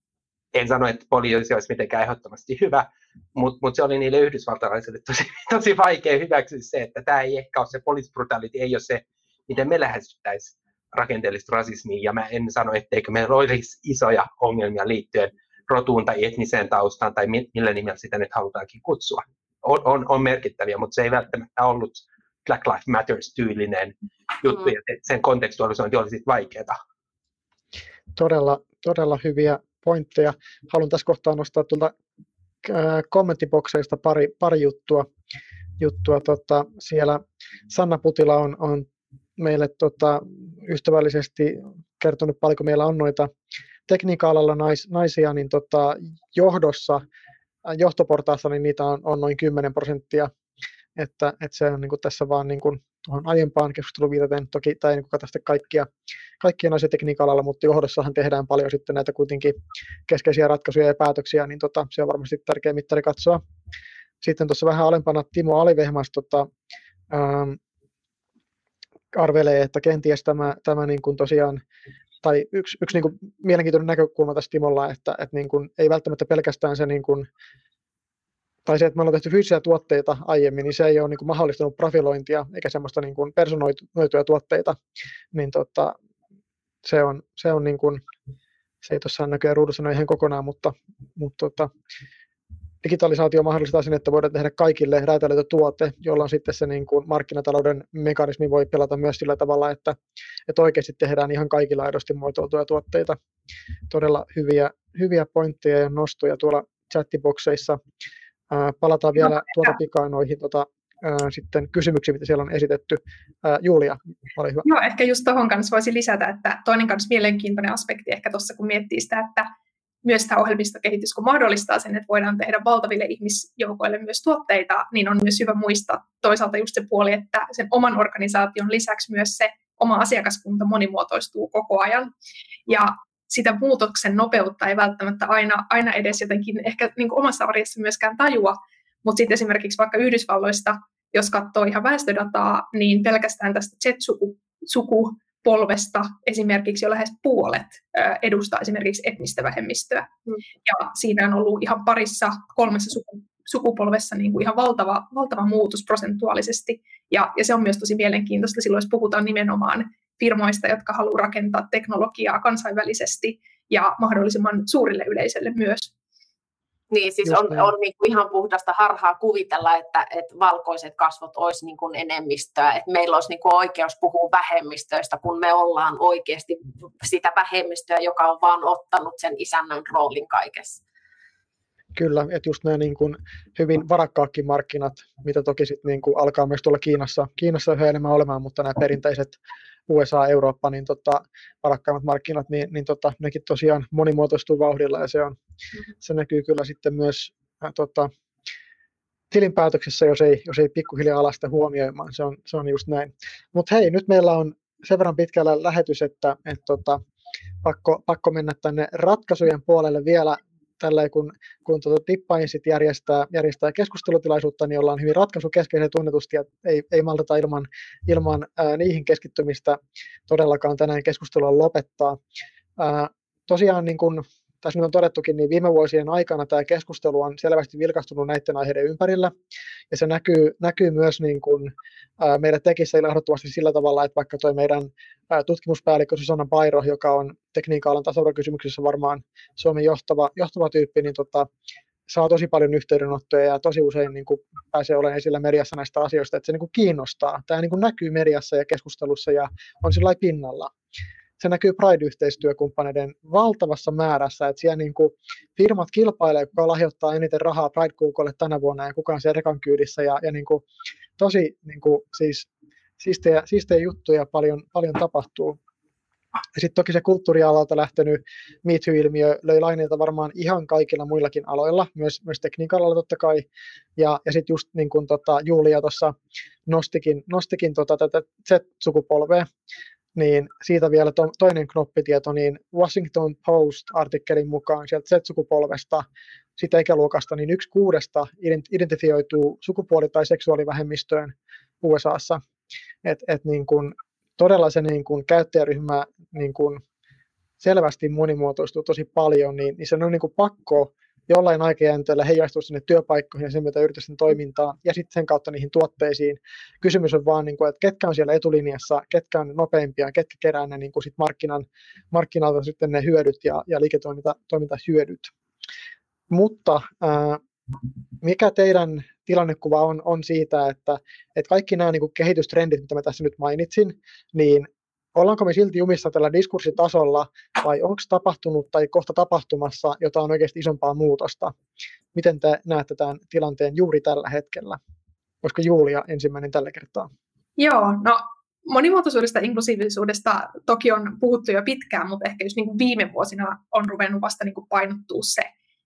en sano, että poliisi olisi mitenkään ehdottomasti hyvä, mutta mut se oli niille yhdysvaltalaisille tosi, tosi vaikea hyväksyä se, että tämä ei ehkä ole se police brutality, ei ole se, miten me lähestyttäisiin rakenteellista rasismia. Ja mä en sano, etteikö meillä olisi isoja ongelmia liittyen rotuun tai etniseen taustaan tai millä nimellä sitä nyt halutaankin kutsua. On, on, on merkittäviä, mutta se ei välttämättä ollut Black Lives Matter-tyylinen juttu, ja sen kontekstualisointi oli sitten vaikeaa. Todella, todella hyviä pointteja. Haluan tässä kohtaa nostaa tuolta kommenttibokseista pari, pari juttua. juttua. Tota, siellä Sanna Putila on, on meille tota, ystävällisesti kertonut, paljonko meillä on noita tekniikka-alalla nais, naisia niin tota, johdossa, johtoportaassa, niin niitä on, on noin kymmenen prosenttia. Että, että se on niin kuin tässä vaan niin kuin tuohon aiempaan keskusteluun viitaten, toki tämä ei niin katso kaikkia, kaikkia naisia tekniikka-alalla, mutta johdossahan tehdään paljon sitten näitä kuitenkin keskeisiä ratkaisuja ja päätöksiä, niin tota, se on varmasti tärkeä mittari katsoa. Sitten tuossa vähän alempana Timo Alivehmas tota, ähm, arvelee, että kenties tämä, tämä niin kuin tosiaan, tai yksi, yksi niin kuin mielenkiintoinen näkökulma tässä Timolla, että, että niin kuin ei välttämättä pelkästään se, niin kuin, tai se, että me ollaan tehty fyysisiä tuotteita aiemmin, niin se ei ole niin kuin mahdollistanut profilointia eikä semmoista niin kuin personoituja tuotteita, niin tota, se on, se on niin kuin, se ei tuossa näköjään ruudussa ihan kokonaan, mutta, mutta tota, digitalisaatio mahdollistaa sen, että voidaan tehdä kaikille räätälöity tuote, jolla on sitten se niin kuin markkinatalouden mekanismi voi pelata myös sillä tavalla, että, että oikeasti tehdään ihan kaikilla aidosti muotoiltuja tuotteita. Todella hyviä, hyviä pointteja ja nostoja tuolla chattibokseissa. Ää, palataan vielä no, tuota pikaa noihin tota, ää, sitten kysymyksiin, mitä siellä on esitetty. Ää, Julia, ole hyvä. Joo, ehkä just tuohon kanssa voisi lisätä, että toinen kanssa mielenkiintoinen aspekti ehkä tuossa, kun miettii sitä, että myös tämä ohjelmistokehitys, kun mahdollistaa sen, että voidaan tehdä valtaville ihmisjoukoille myös tuotteita, niin on myös hyvä muistaa toisaalta just se puoli, että sen oman organisaation lisäksi myös se oma asiakaskunta monimuotoistuu koko ajan. Ja sitä muutoksen nopeutta ei välttämättä aina, aina edes jotenkin ehkä niin kuin omassa arjessa myöskään tajua, mutta sitten esimerkiksi vaikka Yhdysvalloista, jos katsoo ihan väestödataa, niin pelkästään tästä Z-suku polvesta esimerkiksi jo lähes puolet edustaa esimerkiksi etnistä vähemmistöä. Mm. Ja siinä on ollut ihan parissa, kolmessa sukupolvessa niin kuin ihan valtava, valtava muutos prosentuaalisesti. Ja, ja se on myös tosi mielenkiintoista silloin, jos puhutaan nimenomaan firmoista, jotka haluaa rakentaa teknologiaa kansainvälisesti ja mahdollisimman suurille yleisölle myös. Niin, siis on, on niin kuin ihan puhdasta harhaa kuvitella, että, että valkoiset kasvot olisi niin kuin enemmistöä, että meillä olisi niin kuin oikeus puhua vähemmistöistä, kun me ollaan oikeasti sitä vähemmistöä, joka on vaan ottanut sen isännän roolin kaikessa. Kyllä, että just nämä niin kuin hyvin varakkaatkin markkinat, mitä toki sitten niin kuin alkaa myös tuolla Kiinassa, Kiinassa yhä enemmän olemaan, mutta nämä perinteiset U S A, Eurooppa, niin tota, varakkaimmat markkinat, niin, niin tota, nekin tosiaan monimuotoistuu vauhdilla, ja se, on, se näkyy kyllä sitten myös äh, tota, tilinpäätöksessä, jos ei, jos ei pikkuhiljaa ala sitä huomioimaan, se on, se on just näin. Mutta hei, nyt meillä on sen verran pitkällä lähetys, että et, tota, pakko, pakko mennä tänne ratkaisujen puolelle vielä. Tällä kun, kun tuota Tippainsit järjestää, järjestää keskustelutilaisuutta, niin ollaan hyvin ratkaisukeskeisiä tunnetusti, ja ei, ei malteta ilman, ilman ää, niihin keskittymistä todellakaan tänään keskustelua lopettaa. Ää, tosiaan, niin kuin tässä nyt on todettukin, niin viime vuosien aikana tämä keskustelu on selvästi vilkastunut näiden aiheiden ympärillä, ja se näkyy, näkyy myös niin kuin, ää, meidän tekissä ilahduttavasti sillä tavalla, että vaikka tuo meidän ää, tutkimuspäällikkö Susanna Pairo, joka on tekniikka-alan tasa-arvokysymyksissä varmaan Suomen johtava, johtava tyyppi, niin tota, saa tosi paljon yhteydenottoja ja tosi usein niin kuin pääsee olemaan esillä mediassa näistä asioista, että se niin kuin kiinnostaa. Tämä niin kuin näkyy mediassa ja keskustelussa ja on sillä lailla pinnalla. Se näkyy Pride-yhteistyökumppaneiden valtavassa määrässä, että siellä niin kuin firmat kilpailee, kuka lahjoittaa eniten rahaa Pride-kulkolle tänä vuonna ja kuka on siellä rekan kyydissä, ja, ja niin kuin, tosi niin kuin, siis, siistejä, siistejä juttuja paljon, paljon tapahtuu. Ja sitten toki se kulttuurialalta lähtenyt Me Too-ilmiö löi laineita varmaan ihan kaikilla muillakin aloilla, myös, myös tekniikalla totta kai, ja, ja sitten just niin kuin tota, Julia tuossa nostikin, nostikin tota, tätä Z-sukupolvea, niin siitä vielä to, toinen knoppitieto, niin Washington Post-artikkelin mukaan sieltä Z-sukupolvesta, siitä ikäluokasta, niin yksi kuudesta identifioituu sukupuoli- tai seksuaalivähemmistöön U S A:ssa. Et, et niin kun, todella se niin kun käyttäjäryhmä niin kun selvästi monimuotoistuu tosi paljon, niin, niin se on niin kun pakko jollain aikajänteellä heijastua sinne työpaikkoihin ja sen myötä yritysten toimintaan ja sitten sen kautta niihin tuotteisiin. Kysymys on vaan, niin kuin, että ketkä on siellä etulinjassa, ketkä on nopeimpia, ketkä kerää ne niin kuin sit markkinan, markkinalta sitten ne hyödyt ja, ja liiketoimintahyödyt. Mutta ää, mikä teidän tilannekuva on, on siitä, että, että kaikki nämä niin kuin kehitystrendit, mitä mä tässä nyt mainitsin, niin ollaanko me silti jumissa tällä diskurssitasolla vai onko tapahtunut tai kohta tapahtumassa jotain oikeasti isompaa muutosta? Miten te näette tämän tilanteen juuri tällä hetkellä? Olisiko Julia ensimmäinen tällä kertaa? Joo, no monimuotoisuudesta ja inklusiivisuudesta toki on puhuttu jo pitkään, mutta ehkä just niin kuin viime vuosina on ruvennut vasta niin kuin painottua se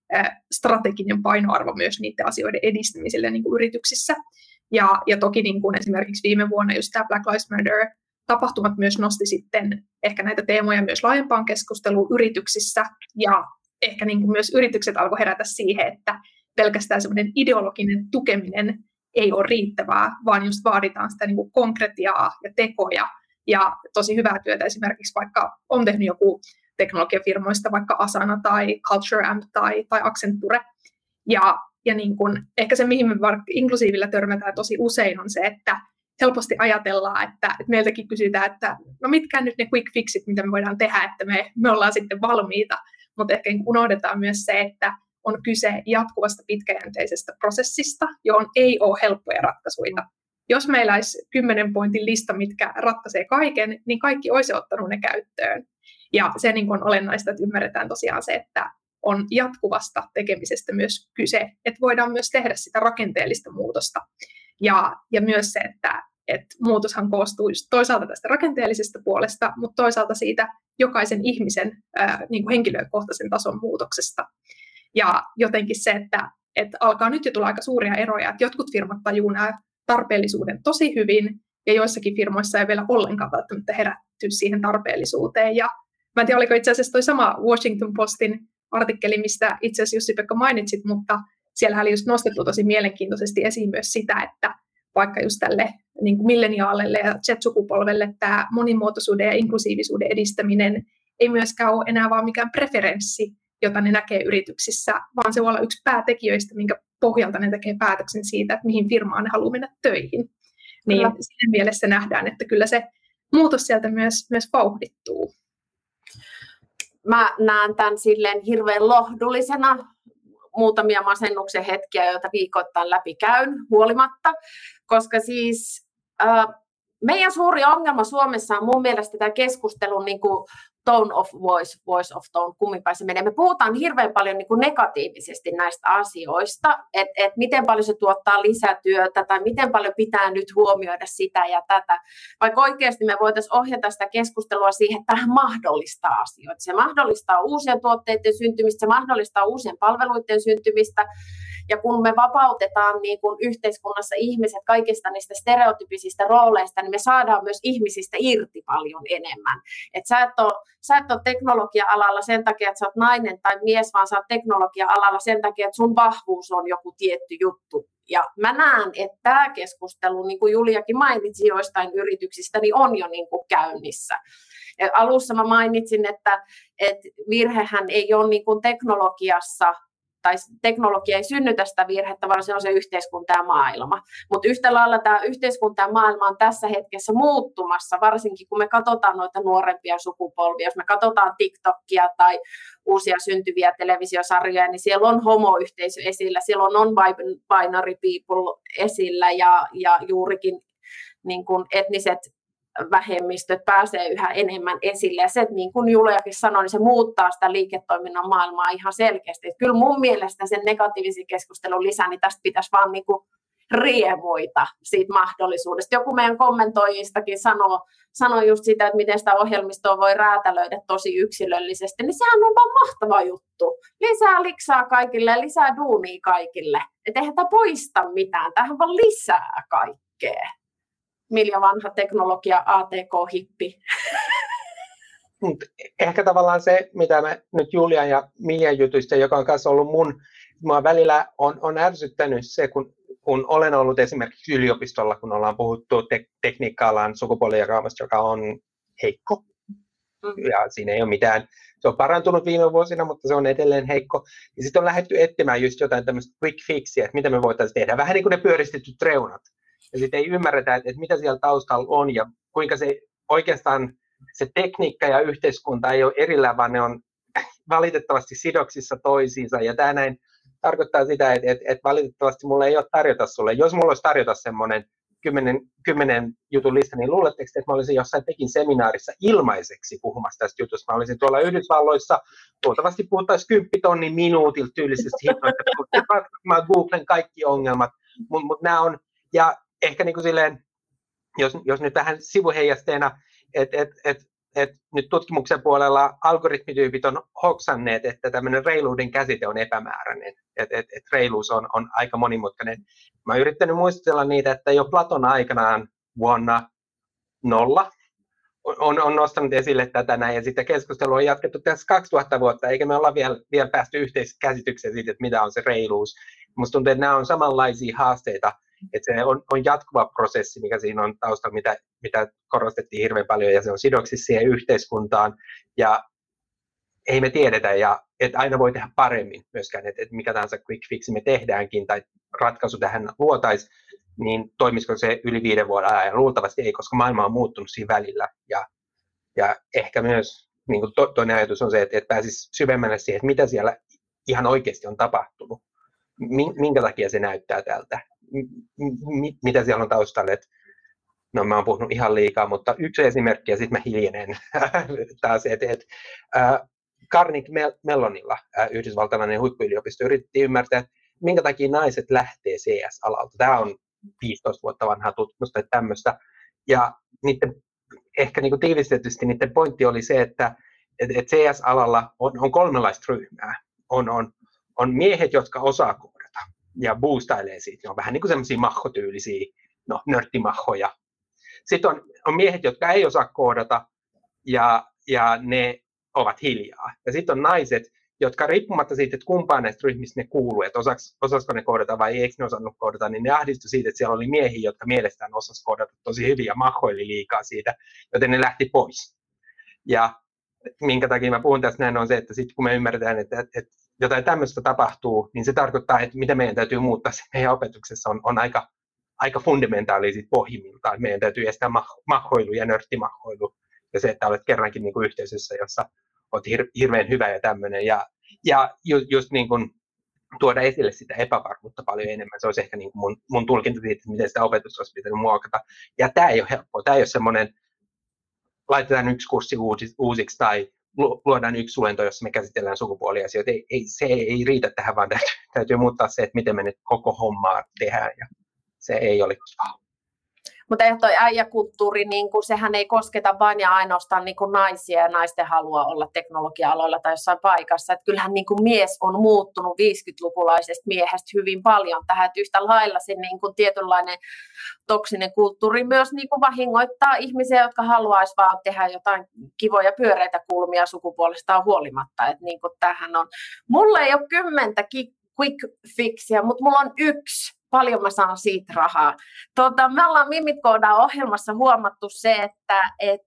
strateginen painoarvo myös niiden asioiden edistämiselle niin kuin yrityksissä. Ja, ja toki niin kuin esimerkiksi viime vuonna just tämä Black Lives Matter-tapahtumat myös nosti sitten ehkä näitä teemoja myös laajempaan keskusteluun yrityksissä, ja ehkä niin kuin myös yritykset alkoi herätä siihen, että pelkästään semmoinen ideologinen tukeminen ei ole riittävää, vaan just vaaditaan sitä niin kuin konkretiaa ja tekoja, ja tosi hyvää työtä esimerkiksi vaikka on tehnyt joku teknologiafirmoista, vaikka Asana tai Culture Amp tai, tai Accenture. Ja, ja niin kun, ehkä se, mihin me inklusiivilla törmätään tosi usein, on se, että helposti ajatellaan, että, että meiltäkin kysytään, että no mitkä nyt ne quick fixit, mitä me voidaan tehdä, että me, me ollaan sitten valmiita. Mutta ehkä unohdetaan myös se, että on kyse jatkuvasta pitkäjänteisestä prosessista, johon ei ole helppoja ratkaisuja. Jos meillä olisi kymmenen pointin lista, mitkä ratkaisee kaiken, niin kaikki olisi ottanut ne käyttöön. Ja se niin on olennaista, että ymmärretään tosiaan se, että on jatkuvasta tekemisestä myös kyse, että voidaan myös tehdä sitä rakenteellista muutosta. Ja, ja myös se, että, että muutoshan koostuu toisaalta tästä rakenteellisesta puolesta, mutta toisaalta siitä jokaisen ihmisen ää, niin kuin henkilökohtaisen tason muutoksesta. Ja jotenkin se, että, että alkaa nyt jo tulla aika suuria eroja, että jotkut firmat tajuu nämä tarpeellisuuden tosi hyvin, ja joissakin firmoissa ei vielä ollenkaan välttämättä herätty siihen tarpeellisuuteen. Ja mä en tiedä, oliko itse asiassa toi sama Washington Postin artikkeli, mistä itse asiassa Jussi-Pekka mainitsit, mutta siellä oli just nostettu tosi mielenkiintoisesti esiin myös sitä, että vaikka just tälle niin kuin milleniaalelle ja Z-sukupolvelle tämä monimuotoisuuden ja inklusiivisuuden edistäminen ei myöskään ole enää vaan mikään preferenssi, jota ne näkee yrityksissä, vaan se voi olla yksi päätekijöistä, minkä pohjalta ne tekee päätöksen siitä, että mihin firmaan ne haluaa mennä töihin. Niin kyllä. Siinä mielessä nähdään, että kyllä se muutos sieltä myös, myös vauhdittuu. Mä näen tämän silleen hirveän lohdullisena, muutamia masennuksen hetkiä, joita viikoittain läpi käyn huolimatta, koska siis äh, meidän suuri ongelma Suomessa on mun mielestä tämä keskustelun niin kuin tone of voice, voice of tone, kumminpäin se menee. Me puhutaan hirveän paljon niin kuin negatiivisesti näistä asioista, että et miten paljon se tuottaa lisätyötä tai miten paljon pitää nyt huomioida sitä ja tätä. Vaikka oikeasti me voitaisiin ohjata sitä keskustelua siihen, että tämä mahdollistaa asioita. Se mahdollistaa uusien tuotteiden syntymistä, se mahdollistaa uusien palveluiden syntymistä. Ja kun me vapautetaan niin kun yhteiskunnassa ihmiset kaikista niistä stereotypisistä rooleista, niin me saadaan myös ihmisistä irti paljon enemmän. Et sä et ole, sä et ole teknologia-alalla sen takia, että sä oot nainen tai mies, vaan sä oot teknologia-alalla sen takia, että sun vahvuus on joku tietty juttu. Ja mä näen, että tämä keskustelu, niin kuin Juliakin mainitsi joistain yrityksistä, niin on jo niin kuin käynnissä. Et alussa mä mainitsin, että, että virhehän ei ole niin kuin teknologiassa, tai teknologia ei synnytä sitä virhettä, vaan se on se yhteiskunta ja maailma. Mutta yhtä lailla tämä yhteiskunta ja maailma on tässä hetkessä muuttumassa, varsinkin kun me katsotaan noita nuorempia sukupolvia. Jos me katsotaan TikTokia tai uusia syntyviä televisiosarjoja, niin siellä on homoyhteisö esillä, siellä on non-binary people esillä ja, ja juurikin niin kuin etniset vähemmistöt pääsee yhä enemmän esille. Ja se, että niin kuin Juliakin sanoi, niin se muuttaa sitä liiketoiminnan maailmaa ihan selkeästi. Että kyllä mun mielestä sen negatiivisen keskustelun lisää, niin tästä pitäisi vaan niin kuin riemuita siitä mahdollisuudesta. Joku meidän kommentoijistakin sanoo, sanoo just sitä, että miten sitä ohjelmistoa voi räätälöidä tosi yksilöllisesti, niin sehän on vaan mahtava juttu. Lisää liksaa kaikille ja lisää duunia kaikille. Että eihän tämä poista mitään, tämähän vaan lisää kaikkea. Milja vanha teknologia, A T K-hippi. Ehkä tavallaan se, mitä mä nyt Julian ja Miljan jutuista, joka on kanssa ollut mun, mua välillä on, on ärsyttänyt se, kun, kun olen ollut esimerkiksi yliopistolla, kun ollaan puhuttu te- tekniikka-alan sukupuolijakaumasta, joka on heikko. Ja siinä ei ole mitään, se on parantunut viime vuosina, mutta se on edelleen heikko. Ja sitten on lähdetty etsimään just jotain tämmöistä quick fixia, että mitä me voitaisiin tehdä. Vähän niin kuin ne pyöristetyt reunat. Ja sitten ei ymmärretä, että mitä siellä taustalla on ja kuinka se oikeastaan se tekniikka ja yhteiskunta ei ole erillään, vaan ne on valitettavasti sidoksissa toisiinsa, ja tämä näin tarkoittaa sitä, että, että, että valitettavasti mulla ei ole tarjota sulle. Jos mulla olisi tarjota semmoinen kymmenen, kymmenen jutun lista, niin luuletteko, että mä olisin jossain Tekin seminaarissa ilmaiseksi puhumassa tästä jutusta? Mä olisin tuolla Yhdysvalloissa, luultavasti puhuttaisiin kymppitonnin minuutilta tyylisesti hinnoista, mä googlen kaikki ongelmat, mutta mut nämä on, ja ehkä niin kuin silleen, jos, jos nyt vähän sivuheijasteena, että et, et, et nyt tutkimuksen puolella algoritmityypit on hoksanneet, että tämmöinen reiluuden käsite on epämääräinen, että et, et reiluus on, on aika monimutkainen. Mä oon yrittänyt muistella niitä, että jo Platon aikanaan vuonna nolla on, on nostanut esille tätä näin, ja sitä keskustelua on jatkettu tässä kaksituhatta vuotta, eikä me olla vielä, vielä päästy yhteiskäsitykseen siitä, että mitä on se reiluus. Musta tuntuu, että nämä on samanlaisia haasteita, että se on, on jatkuva prosessi, mikä siinä on taustalla, mitä, mitä korostettiin hirveän paljon, ja se on sidoksissa siihen yhteiskuntaan, ja ei me tiedetä, ja että aina voi tehdä paremmin myöskään, että, että mikä tahansa quick fixi me tehdäänkin, tai ratkaisu tähän luotaisiin, niin toimisiko se yli viiden vuoden ajan? Luultavasti ei, koska maailma on muuttunut siinä välillä, ja, ja ehkä myös niin kuin to, toinen ajatus on se, että, että pääsisi syvemmälle siihen, että mitä siellä ihan oikeasti on tapahtunut, minkä takia se näyttää tältä. M- mitä siellä on taustalla, että no mä oon puhunut ihan liikaa, mutta yksi esimerkki ja sitten mä hiljenen taas, että et, äh, Carnegie Mellonilla, äh, yhdysvaltalainen huippuyliopisto, yritettiin ymmärtää, että minkä takia naiset lähtee C S-alalta. Tämä on viisitoista vuotta vanhaa tutkimusta, että tämmöistä, ja niiden, ehkä niin kuin tiivistetysti niiden pointti oli se, että et, et C S-alalla on, on kolmenlaista ryhmää. On, on, on miehet, jotka osaa koodata ja boostailee siitä. Ne on vähän niin kuin semmoisia mahhotyylisiä, no nörttimahhoja. Sitten on, on miehet, jotka ei osaa koodata ja, ja ne ovat hiljaa. Ja sitten on naiset, jotka riippumatta siitä, että kumpaan näistä ryhmistä ne kuuluu, että osas, osasko ne koodata vai eikö ne osannut koodata, niin ne ahdistui siitä, että siellä oli miehiä, jotka mielestään osasivat koodata tosi hyvin ja mahhoili liikaa siitä, joten ne lähti pois. Ja minkä takia mä puhun tässä näin on se, että sitten kun me ymmärretään, että, että jotain tämmöistä tapahtuu, niin se tarkoittaa, että mitä meidän täytyy muuttaa se meidän opetuksessa on, on aika, aika fundamentaalisia pohjimmiltaan. Meidän täytyy estää mahhoilu ja nörttimahhoilu ja se, että olet kerrankin niin kuin yhteisössä, jossa olet hir- hirveän hyvä ja tämmöinen. Ja, ja just, just niin kuin tuoda esille sitä epävarmuutta paljon enemmän. Se olisi ehkä niin kuin mun, mun tulkinta siitä, että miten sitä opetusta olisi pitänyt muokata. Ja tämä ei ole helppoa. Tämä ei ole semmoinen, laitetaan yksi kurssi uusiksi tai luodaan yksi luento, jossa me käsitellään sukupuoliasioita. Ei, ei, se ei riitä tähän, vaan täytyy, täytyy muuttaa se, että miten me nyt koko hommaa tehdään. Ja se ei ole kivaa. Mutta eihän toi äijäkulttuuri, niin kun, sehän ei kosketa vain ja ainoastaan niin kun naisia ja naisten halua olla teknologia-aloilla tai jossain paikassa. Et kyllähän niin kun mies on muuttunut viisikymmentälukulaisesta miehestä hyvin paljon tähän, että yhtä lailla se niin kun tietynlainen toksinen kulttuuri myös niin kun vahingoittaa ihmisiä, jotka haluaisi vaan tehdä jotain kivoja pyöreitä kulmia sukupuolestaan huolimatta. Et niin kun tämähän on. Mulla ei ole kymmentä quick fixia, mutta mulla on yksi. Paljon mä saan siitä rahaa. Tuota, me ollaan Mimit koodaa -ohjelmassa huomattu se, että et,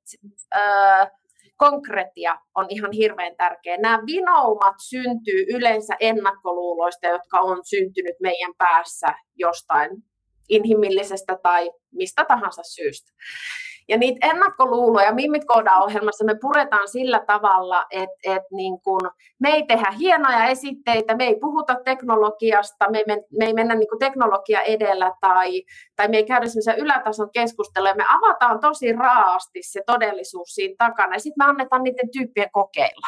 äh, konkretia on ihan hirveän tärkeä. Nämä vinoumat syntyy yleensä ennakkoluuloista, jotka on syntynyt meidän päässä jostain inhimillisestä tai mistä tahansa syystä. Ja niitä ennakkoluuloja Mimit koodaa -ohjelmassa me puretaan sillä tavalla, että, että niin kun me ei tehdä hienoja esitteitä, me ei puhuta teknologiasta, me ei, men, me ei mennä niin kun teknologia edellä tai, tai me ei käydä sellaisia ylätason keskusteluja. Me avataan tosi raasti se todellisuus siinä takana ja sitten me annetaan niiden tyyppien kokeilla.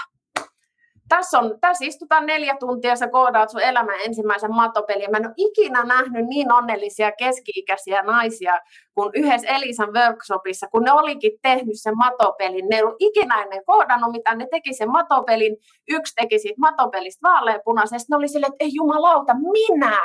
Tässä, on, tässä istutaan neljä tuntia ja sä koodaat sun elämän ensimmäisen matopelin. Mä en ole ikinä nähnyt niin onnellisia keski-ikäisiä naisia kuin yhdessä Elisan workshopissa, kun ne olikin tehnyt sen matopelin. Ne ei ollut ikinä ennen koodannut mitään, ne teki sen matopelin. Yksi teki siitä matopelistä vaaleanpunaisesta. Ne oli silleen, että ei jumalauta, minä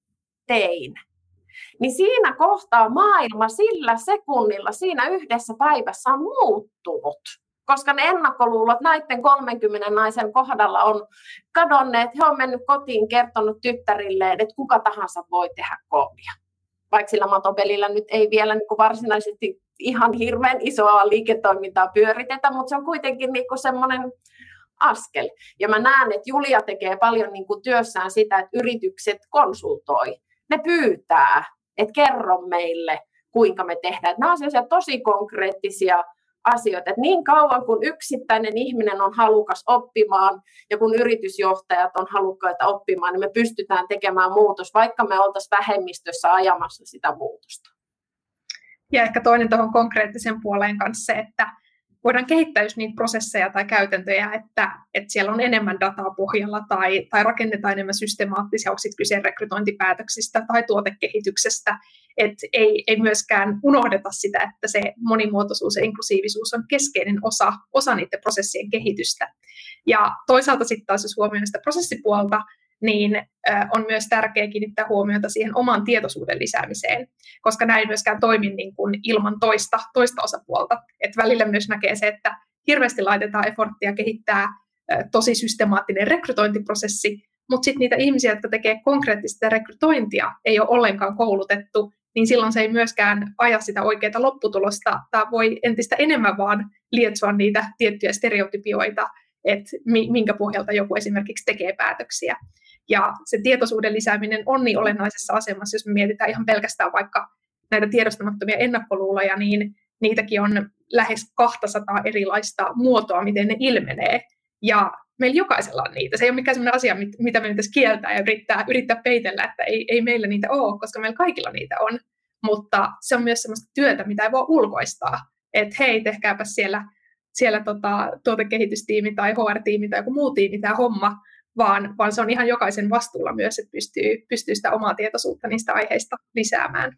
tein. Niin siinä kohtaa maailma sillä sekunnilla, siinä yhdessä päivässä on muuttunut. Koska ne ennakkoluulot näiden kolmenkymmenen naisen kohdalla on kadonneet. He on mennyt kotiin, kertonut tyttärilleen, että kuka tahansa voi tehdä koodia. Vaikka sillä matopelillä nyt ei vielä niin kuin varsinaisesti ihan hirveän isoa liiketoimintaa pyöritetä, mutta se on kuitenkin niin kuin semmoinen askel. Ja mä näen, että Julia tekee paljon niin kuin työssään sitä, että yritykset konsultoi. Ne pyytää, että kerro meille, kuinka me tehdään. Nämä on sellaisia tosi konkreettisia asioita. Et niin kauan kun yksittäinen ihminen on halukas oppimaan ja kun yritysjohtajat on halukkaita oppimaan, niin me pystytään tekemään muutos, vaikka me oltaisiin vähemmistössä ajamassa sitä muutosta. Ja ehkä toinen tuohon konkreettisen puoleen kanssa se, että voidaan kehittää just niitä prosesseja tai käytäntöjä, että, että siellä on enemmän dataa pohjalla tai, tai rakennetaan enemmän systemaattisia, onko sitten kyse rekrytointipäätöksistä tai tuotekehityksestä. Että ei, ei myöskään unohdeta sitä, että se monimuotoisuus ja inklusiivisuus on keskeinen osa, osa niiden prosessien kehitystä. Ja toisaalta sitten taas, jos huomioon sitä prosessipuolta, niin on myös tärkeää kiinnittää huomiota siihen oman tietoisuuden lisäämiseen, koska näin myöskään toimi niin kuin ilman toista, toista osapuolta. Et välillä myös näkee se, että hirveästi laitetaan efforttia kehittää tosi systemaattinen rekrytointiprosessi, mutta sitten niitä ihmisiä, jotka tekee konkreettista rekrytointia, ei ole ollenkaan koulutettu, niin silloin se ei myöskään aja sitä oikeaa lopputulosta, tai voi entistä enemmän vaan lietsoa niitä tiettyjä stereotypioita, että minkä pohjalta joku esimerkiksi tekee päätöksiä. Ja se tietoisuuden lisääminen on niin olennaisessa asemassa, jos me mietitään ihan pelkästään vaikka näitä tiedostamattomia ennakkoluuloja, niin niitäkin on lähes kaksisataa erilaista muotoa, miten ne ilmenee. Ja meillä jokaisella on niitä. Se ei ole mikään sellainen asia, mitä me pitäisi kieltää ja yrittää, yrittää peitellä, että ei, ei meillä niitä ole, koska meillä kaikilla niitä on. Mutta se on myös sellaista työtä, mitä ei voi ulkoistaa. Että hei, tehkääpä siellä, siellä tota, tuotekehitystiimi tai H R-tiimi tai joku muu tiimi tämä homma, vaan, vaan se on ihan jokaisen vastuulla myös, että pystyy, pystyy sitä omaa tietoisuutta niistä aiheista lisäämään.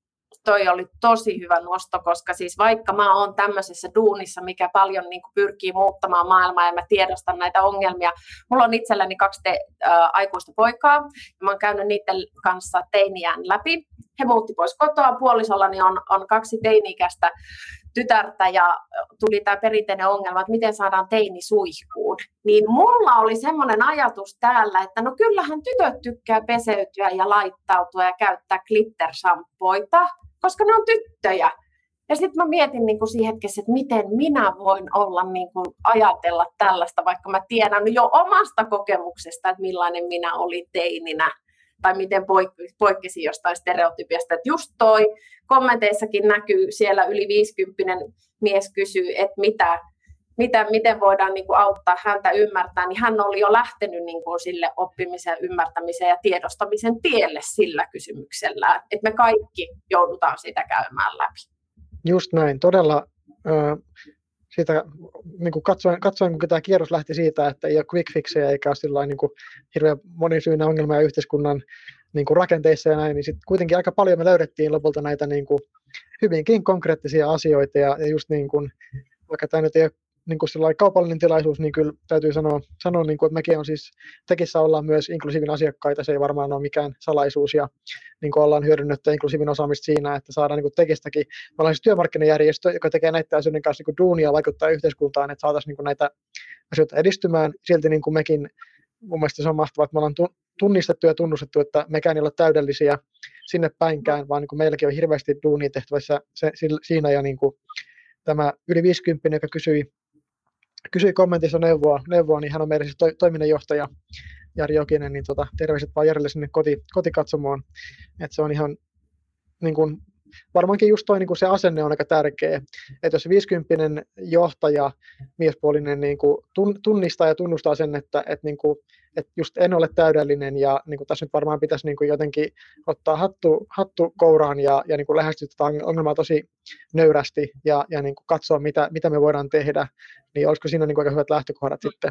Toi oli tosi hyvä nosto, koska siis vaikka mä oon tämmöisessä duunissa, mikä paljon niin kuin pyrkii muuttamaan maailmaa ja mä tiedostan näitä ongelmia. Mulla on itselläni kaksi te, ä, aikuista poikaa ja mä oon käynyt niiden kanssa teiniään läpi. He muutti pois kotoa, puolisollani on, on kaksi teini-ikäistä tytärtä ja tuli tämä perinteinen ongelma, että miten saadaan teini suihkuun. Niin mulla oli semmoinen ajatus täällä, että no kyllähän tytöt tykkää peseytyä ja laittautua ja käyttää glittersampoita, koska ne on tyttöjä. Ja sitten mä mietin niin kuin siihen hetkessä, että miten minä voin olla niin kuin ajatella tällaista, vaikka mä tiedän jo omasta kokemuksesta, että millainen minä olin teininä. Tai miten poikkesi jostain stereotypiasta. Että just toi kommenteissakin näkyy, siellä yli viisikymppinen mies kysyy, että mitä, mitä, miten voidaan niin kuin auttaa häntä ymmärtää, niin hän oli jo lähtenyt niin kuin sille oppimisen, ymmärtämisen ja tiedostamisen tielle sillä kysymyksellä. Että me kaikki joudutaan sitä käymään läpi. Just näin, todella. Äh... Sitä, niin kuin katsoin, katsoin, kun tämä kierros lähti siitä, että ei ole quick fixejä eikä ole sillain, niin kuin, hirveän monisyinen ongelmia yhteiskunnan niin kuin rakenteissa ja näin, niin sitten kuitenkin aika paljon me löydettiin lopulta näitä niin kuin, hyvinkin konkreettisia asioita ja, ja just niin kuin, vaikka tämä nyt ei ole niin kuin sillain kaupallinen tilaisuus, niin kyllä täytyy sanoa, sanoa niin kuin, että mekin on siis Tekissä ollaan myös inklusiivinen asiakkaita, se ei varmaan ole mikään salaisuus ja niin kuin ollaan hyödynnetty inklusiivinen osaamista siinä, että saadaan niin kuin Tekistäkin, me ollaan siis työmarkkinajärjestö, joka tekee näitä asioiden kanssa niin kuin duunia vaikuttaa yhteiskuntaan, että saataisiin niin kuin näitä asioita edistymään, silti niin kuin mekin, mun mielestä se on mahtavaa, että me ollaan tunnistettu ja tunnustettu, että mekään ei ole täydellisiä sinne päinkään, vaan niin kuin meilläkin on hirveästi duunia tehtävissä se, siinä ja niin kuin tämä yli viisikymppinen, joka kysyi Kysyi kommentissa neuvoa, neuvoa, niin hän on meidän siis to, toiminnanjohtaja Jari Jokinen, niin tota, terveiset vaan Jarille sinne koti, kotikatsomoon. Että se on ihan, niin kun, varmaankin just toi niin kun se asenne on aika tärkeä. Että jos viisikymppinen johtaja, miespuolinen, niin kun tunnistaa ja tunnustaa sen, että, että, niin kun, että just en ole täydellinen ja niin kun tässä nyt varmaan pitäisi niin kun jotenkin ottaa hattu, hattu kouraan ja, ja niin kun lähestyä tätä ongelmaa tosi nöyrästi ja, ja niin kun katsoa, mitä, mitä me voidaan tehdä, niin olisiko siinä niin kuin aika hyvät lähtökohdat sitten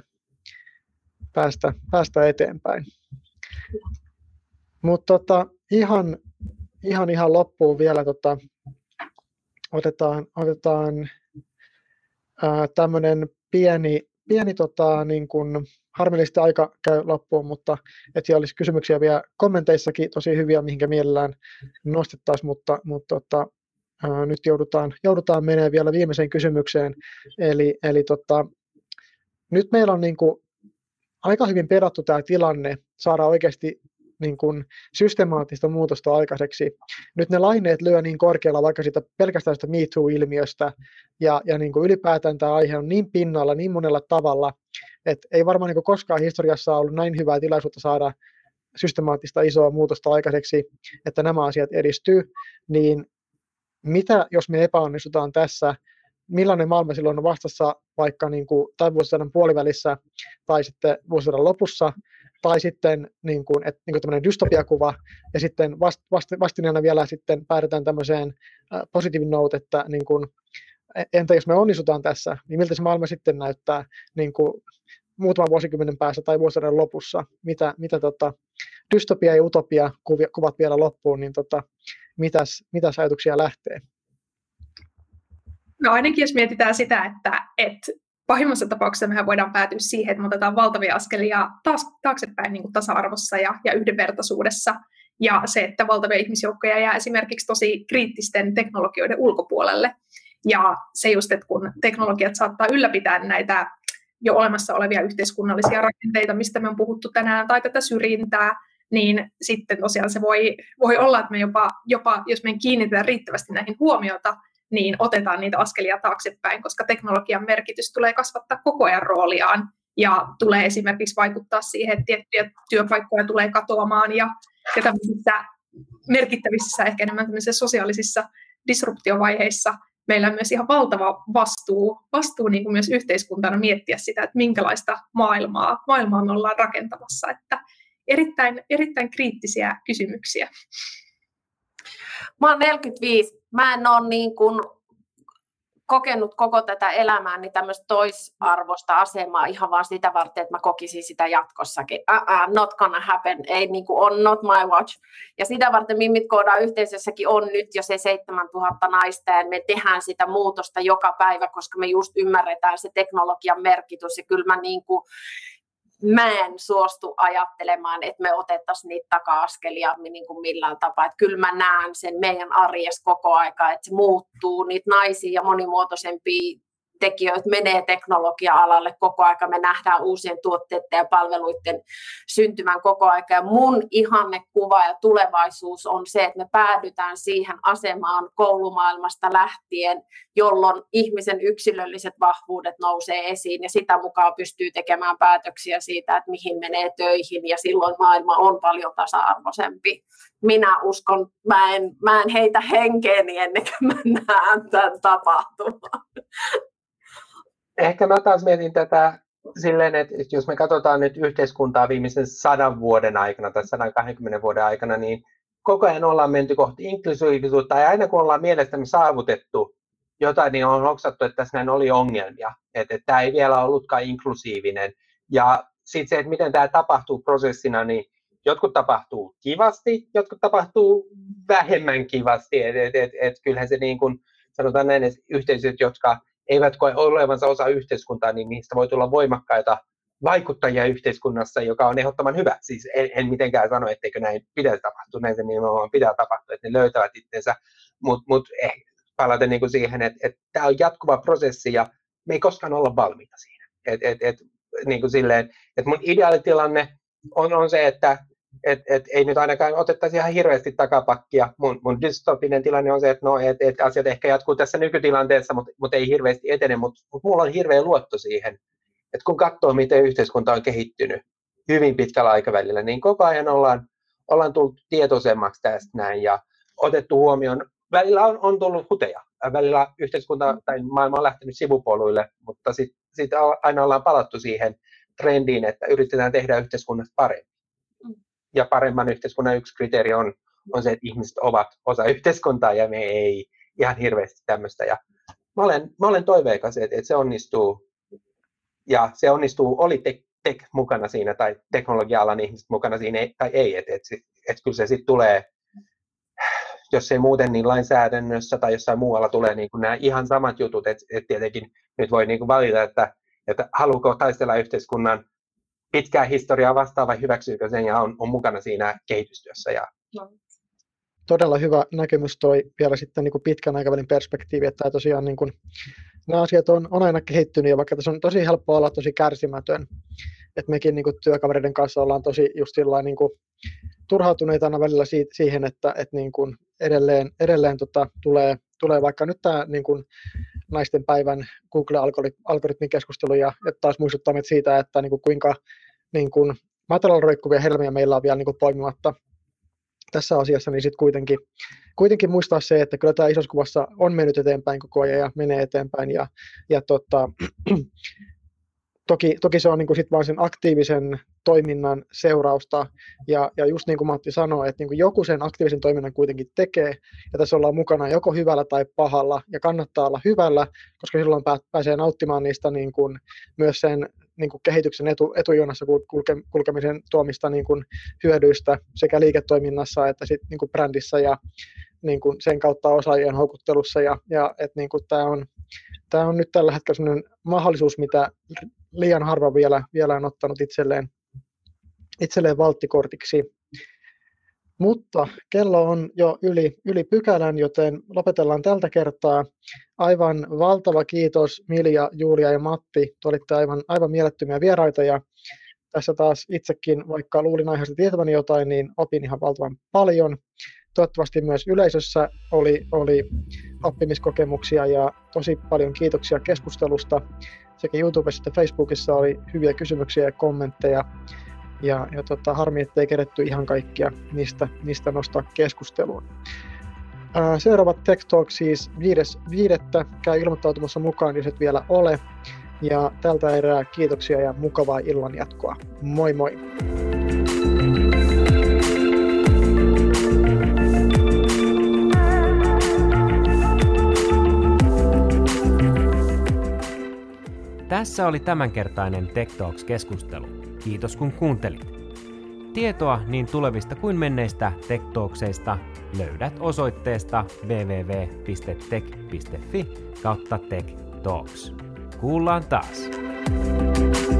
päästä, päästä eteenpäin. Mutta tota, ihan, ihan, ihan loppuun vielä tota, otetaan, otetaan tämmöinen pieni, pieni tota, niin kuin, harmillisesti aika käy loppuun, mutta että siellä olisi kysymyksiä vielä kommenteissakin tosi hyviä, mihinkä mielellään nostettaisiin, mutta, mutta tota, ää, nyt joudutaan, joudutaan menemään vielä viimeiseen kysymykseen. Eli, eli tota, nyt meillä on niin kuin aika hyvin pedattu tämä tilanne, saada oikeasti niin kuin systemaattista muutosta aikaiseksi. Nyt ne laineet lyö niin korkealla vaikka siitä pelkästään sitä Me Too-ilmiöstä ja, ja niin kuin ylipäätään tämä aihe on niin pinnalla niin monella tavalla, että ei varmaan niin kuin koskaan historiassa ollut näin hyvää tilaisuutta saada systemaattista isoa muutosta aikaiseksi, että nämä asiat edistyy, niin mitä jos me epäonnistutaan tässä, millainen maailma silloin on vastassa vaikka niin kuin, tai vuosisadan puolivälissä tai sitten vuosisadan lopussa, tai sitten niin kuin, et, niin kuin tämmöinen dystopiakuva, ja sitten vast, vast, vastineena vielä sitten päädytään tämmöiseen äh, positive note, että niin kuin, entä jos me onnistutaan tässä, niin miltä se maailma sitten näyttää niin kuin, muutaman vuosikymmenen päässä tai vuosisadan lopussa, mitä, mitä tota, dystopia ja utopia kuvia, kuvat vielä loppuun, niin tota, mitäs, mitäs ajatuksia lähtee? No ainakin jos mietitään sitä, että, että pahimmassa tapauksessa mehän voidaan päätyä siihen, että me otetaan valtavia askelia taas taaksepäin niin kuin tasa-arvossa ja, ja yhdenvertaisuudessa, ja se, että valtavia ihmisjoukkoja jää esimerkiksi tosi kriittisten teknologioiden ulkopuolelle. Ja se just, että kun teknologiat saattaa ylläpitää näitä jo olemassa olevia yhteiskunnallisia rakenteita, mistä me on puhuttu tänään, tai tätä syrjintää, niin sitten tosiaan se voi, voi olla, että me jopa, jopa, jos me kiinnitetään riittävästi näihin huomiota, niin otetaan niitä askelia taaksepäin, koska teknologian merkitys tulee kasvattaa koko ajan rooliaan, ja tulee esimerkiksi vaikuttaa siihen, että tiettyjä työpaikkoja tulee katoamaan, ja, ja tämmöisissä merkittävissä, ehkä enemmän tämmöisissä sosiaalisissa disruptiovaiheissa, meillä on myös ihan valtava vastuu, vastuu niin kuin myös yhteiskuntana miettiä sitä, että minkälaista maailmaa, maailmaa me ollaan rakentamassa. Että erittäin, erittäin kriittisiä kysymyksiä. Mä oon neljäkymmentäviisi. Mä en ole niin kuin kokenut koko tätä elämääni tämmöistä toisarvoista asemaa ihan vaan sitä varten, että mä kokisin sitä jatkossakin. Uh-uh, not gonna happen. Ei niin kuin on not my watch. Ja sitä varten Mimmit koodaan yhteisössäkin on nyt jo se seitsemäntuhatta naista, ja me tehdään sitä muutosta joka päivä, koska me just ymmärretään se teknologian merkitys. Ja kyllä mä niin kuin mä en suostu ajattelemaan, että me otettaisiin niitä taka-askelia niin kuin millään tapaa. Että kyllä mä näen sen meidän arjessa koko aika, että se muuttuu, niitä naisia ja monimuotoisempia tekijöitä menee teknologia-alalle koko aika. Me nähdään uusien tuotteiden ja palveluiden syntymän koko aika. Ja mun ihannekuva ja tulevaisuus on se, että me päädytään siihen asemaan koulumaailmasta lähtien, jolloin ihmisen yksilölliset vahvuudet nousee esiin ja sitä mukaan pystyy tekemään päätöksiä siitä, että mihin menee töihin, ja silloin maailma on paljon tasa-arvoisempi. Minä uskon, mä en, mä en heitä henkeeni ennen kuin mä näen tämän tapahtuman. Ehkä mä taas mietin tätä silleen, että jos me katsotaan nyt yhteiskuntaa viimeisen sadan vuoden aikana tai sadan kahdenkymmenen vuoden aikana, niin koko ajan ollaan menty kohti inklusiivisuutta, ja aina kun ollaan mielestäni saavutettu jotain, niin on hoksattu, että tässä näin oli ongelmia, että, että tämä ei vielä ollutkaan inklusiivinen. Ja sitten se, että miten tämä tapahtuu prosessina, niin jotkut tapahtuu kivasti, jotkut tapahtuu vähemmän kivasti, että et, et, et, kyllähän se niin kuin sanotaan näin, että yhteisöt, jotka eivät koe olevansa osa yhteiskuntaa, niin niistä voi tulla voimakkaita vaikuttajia yhteiskunnassa, joka on ehdottoman hyvä. Siis en, en mitenkään sano, etteikö näin pitäisi tapahtua, näin se nimenomaan pitää tapahtua, että ne löytävät itsensä, mutta mut eh, palaten niin kuin siihen, että et, tämä on jatkuva prosessi ja me ei koskaan olla valmiita siinä. Et, et, et, niin kuin silleen, että mun ideaalitilanne on, on se, että et, et, ei nyt ainakaan otettaisi ihan hirveästi takapakkia. Mun, mun dystopinen tilanne on se, että no, et, et asiat ehkä jatkuu tässä nykytilanteessa, mutta mut ei hirveästi etene, mutta mut mulla on hirveä luotto siihen, että kun katsoo, miten yhteiskunta on kehittynyt hyvin pitkällä aikavälillä, niin koko ajan ollaan, ollaan tullut tietoisemmaksi tästä näin ja otettu huomioon. Välillä on, on tullut huteja, välillä yhteiskunta tai maailma on lähtenyt sivupoluille, mutta sitten sit aina ollaan palattu siihen trendiin, että yritetään tehdä yhteiskunnasta paremmin. Ja paremman yhteiskunnan yksi kriteeri on, on se, että ihmiset ovat osa yhteiskuntaa ja me ei ihan hirveästi tämmöistä. Ja mä, olen, mä olen toiveikas, että, että se onnistuu. Ja se onnistuu, oli tech, tech mukana siinä tai teknologia-alan ihmiset mukana siinä tai ei. Että et, et, et kyllä se sitten tulee, jos ei muuten, niin lainsäädännössä tai jossain muualla tulee niin kuin nämä ihan samat jutut. Että et tietenkin nyt voi niin kuin valita, että, että haluuko taistella yhteiskunnan pitkää historiaa vastaan vai hyväksyykö sen ja on, on mukana siinä kehitystyössä. Ja... Todella hyvä näkemys toi vielä sitten niin kuin pitkän aikavälin perspektiivi, että tosiaan niin kuin, nämä asiat on, on aina kehittynyt ja vaikka tässä on tosi helppo olla tosi kärsimätön, että mekin niin kuin työkavereiden kanssa ollaan tosi just niin kuin turhautuneita aina välillä siitä, siihen, että, että niin kuin edelleen, edelleen tota, tulee, tulee vaikka nyt tämä niin kuin naisten päivän Google-algoritmikeskustelu ja taas muistuttaa meitä siitä, että niin kuin kuinka niin kuin matalalla roikkuvia helmiä meillä on vielä niin kuin poimimatta, tässä asiassa, niin sitten kuitenkin, kuitenkin muistaa se, että kyllä tämä isossa kuvassa on mennyt eteenpäin koko ajan ja menee eteenpäin. Ja, ja tota, toki, toki se on niin kuin sit vaan sen aktiivisen toiminnan seurausta. Ja, ja just niin kuin Matti sanoi, että niin kuin joku sen aktiivisen toiminnan kuitenkin tekee. Ja tässä ollaan mukana joko hyvällä tai pahalla. Ja kannattaa olla hyvällä, koska silloin pääsee nauttimaan niistä niin kuin myös sen niin kuin kehityksen etu, etujonassa kulke, kulkemisen tuomista niin kuin hyödyistä sekä liiketoiminnassa että sit niin kuin brändissä ja niin kuin sen kautta osaajien houkuttelussa. Ja, ja että niin kuin tämä on, tämä on nyt tällä hetkellä sellainen mahdollisuus, mitä liian harva vielä, vielä on ottanut itselleen, itselleen valttikortiksi. Mutta kello on jo yli, yli pykälän, joten lopetellaan tältä kertaa. Aivan valtava kiitos Milja, Julia ja Matti. Te olitte aivan, aivan mielettömiä vieraita ja tässä taas itsekin, vaikka luulin aiheesta tietäväni jotain, niin opin ihan valtavan paljon. Toivottavasti myös yleisössä oli, oli oppimiskokemuksia ja tosi paljon kiitoksia keskustelusta. Sekä YouTubessa että Facebookissa oli hyviä kysymyksiä ja kommentteja. Ja, ja tota, harmi, ettei keretty ihan kaikkia niistä, niistä nostaa keskusteluun. Ää, seuraavat Tech Talk siis viides viidettä käy ilmoittautumassa mukaan, jos et vielä ole. Ja tältä erää kiitoksia ja mukavaa illan jatkoa. Moi moi! Tässä oli tämänkertainen Tech Talks-keskustelu. Kiitos kun kuuntelit. Tietoa niin tulevista kuin menneistä Tech Talkseista löydät osoitteesta double-u double-u double-u piste tech piste fi kautta Tech Talks. Kuullaan taas!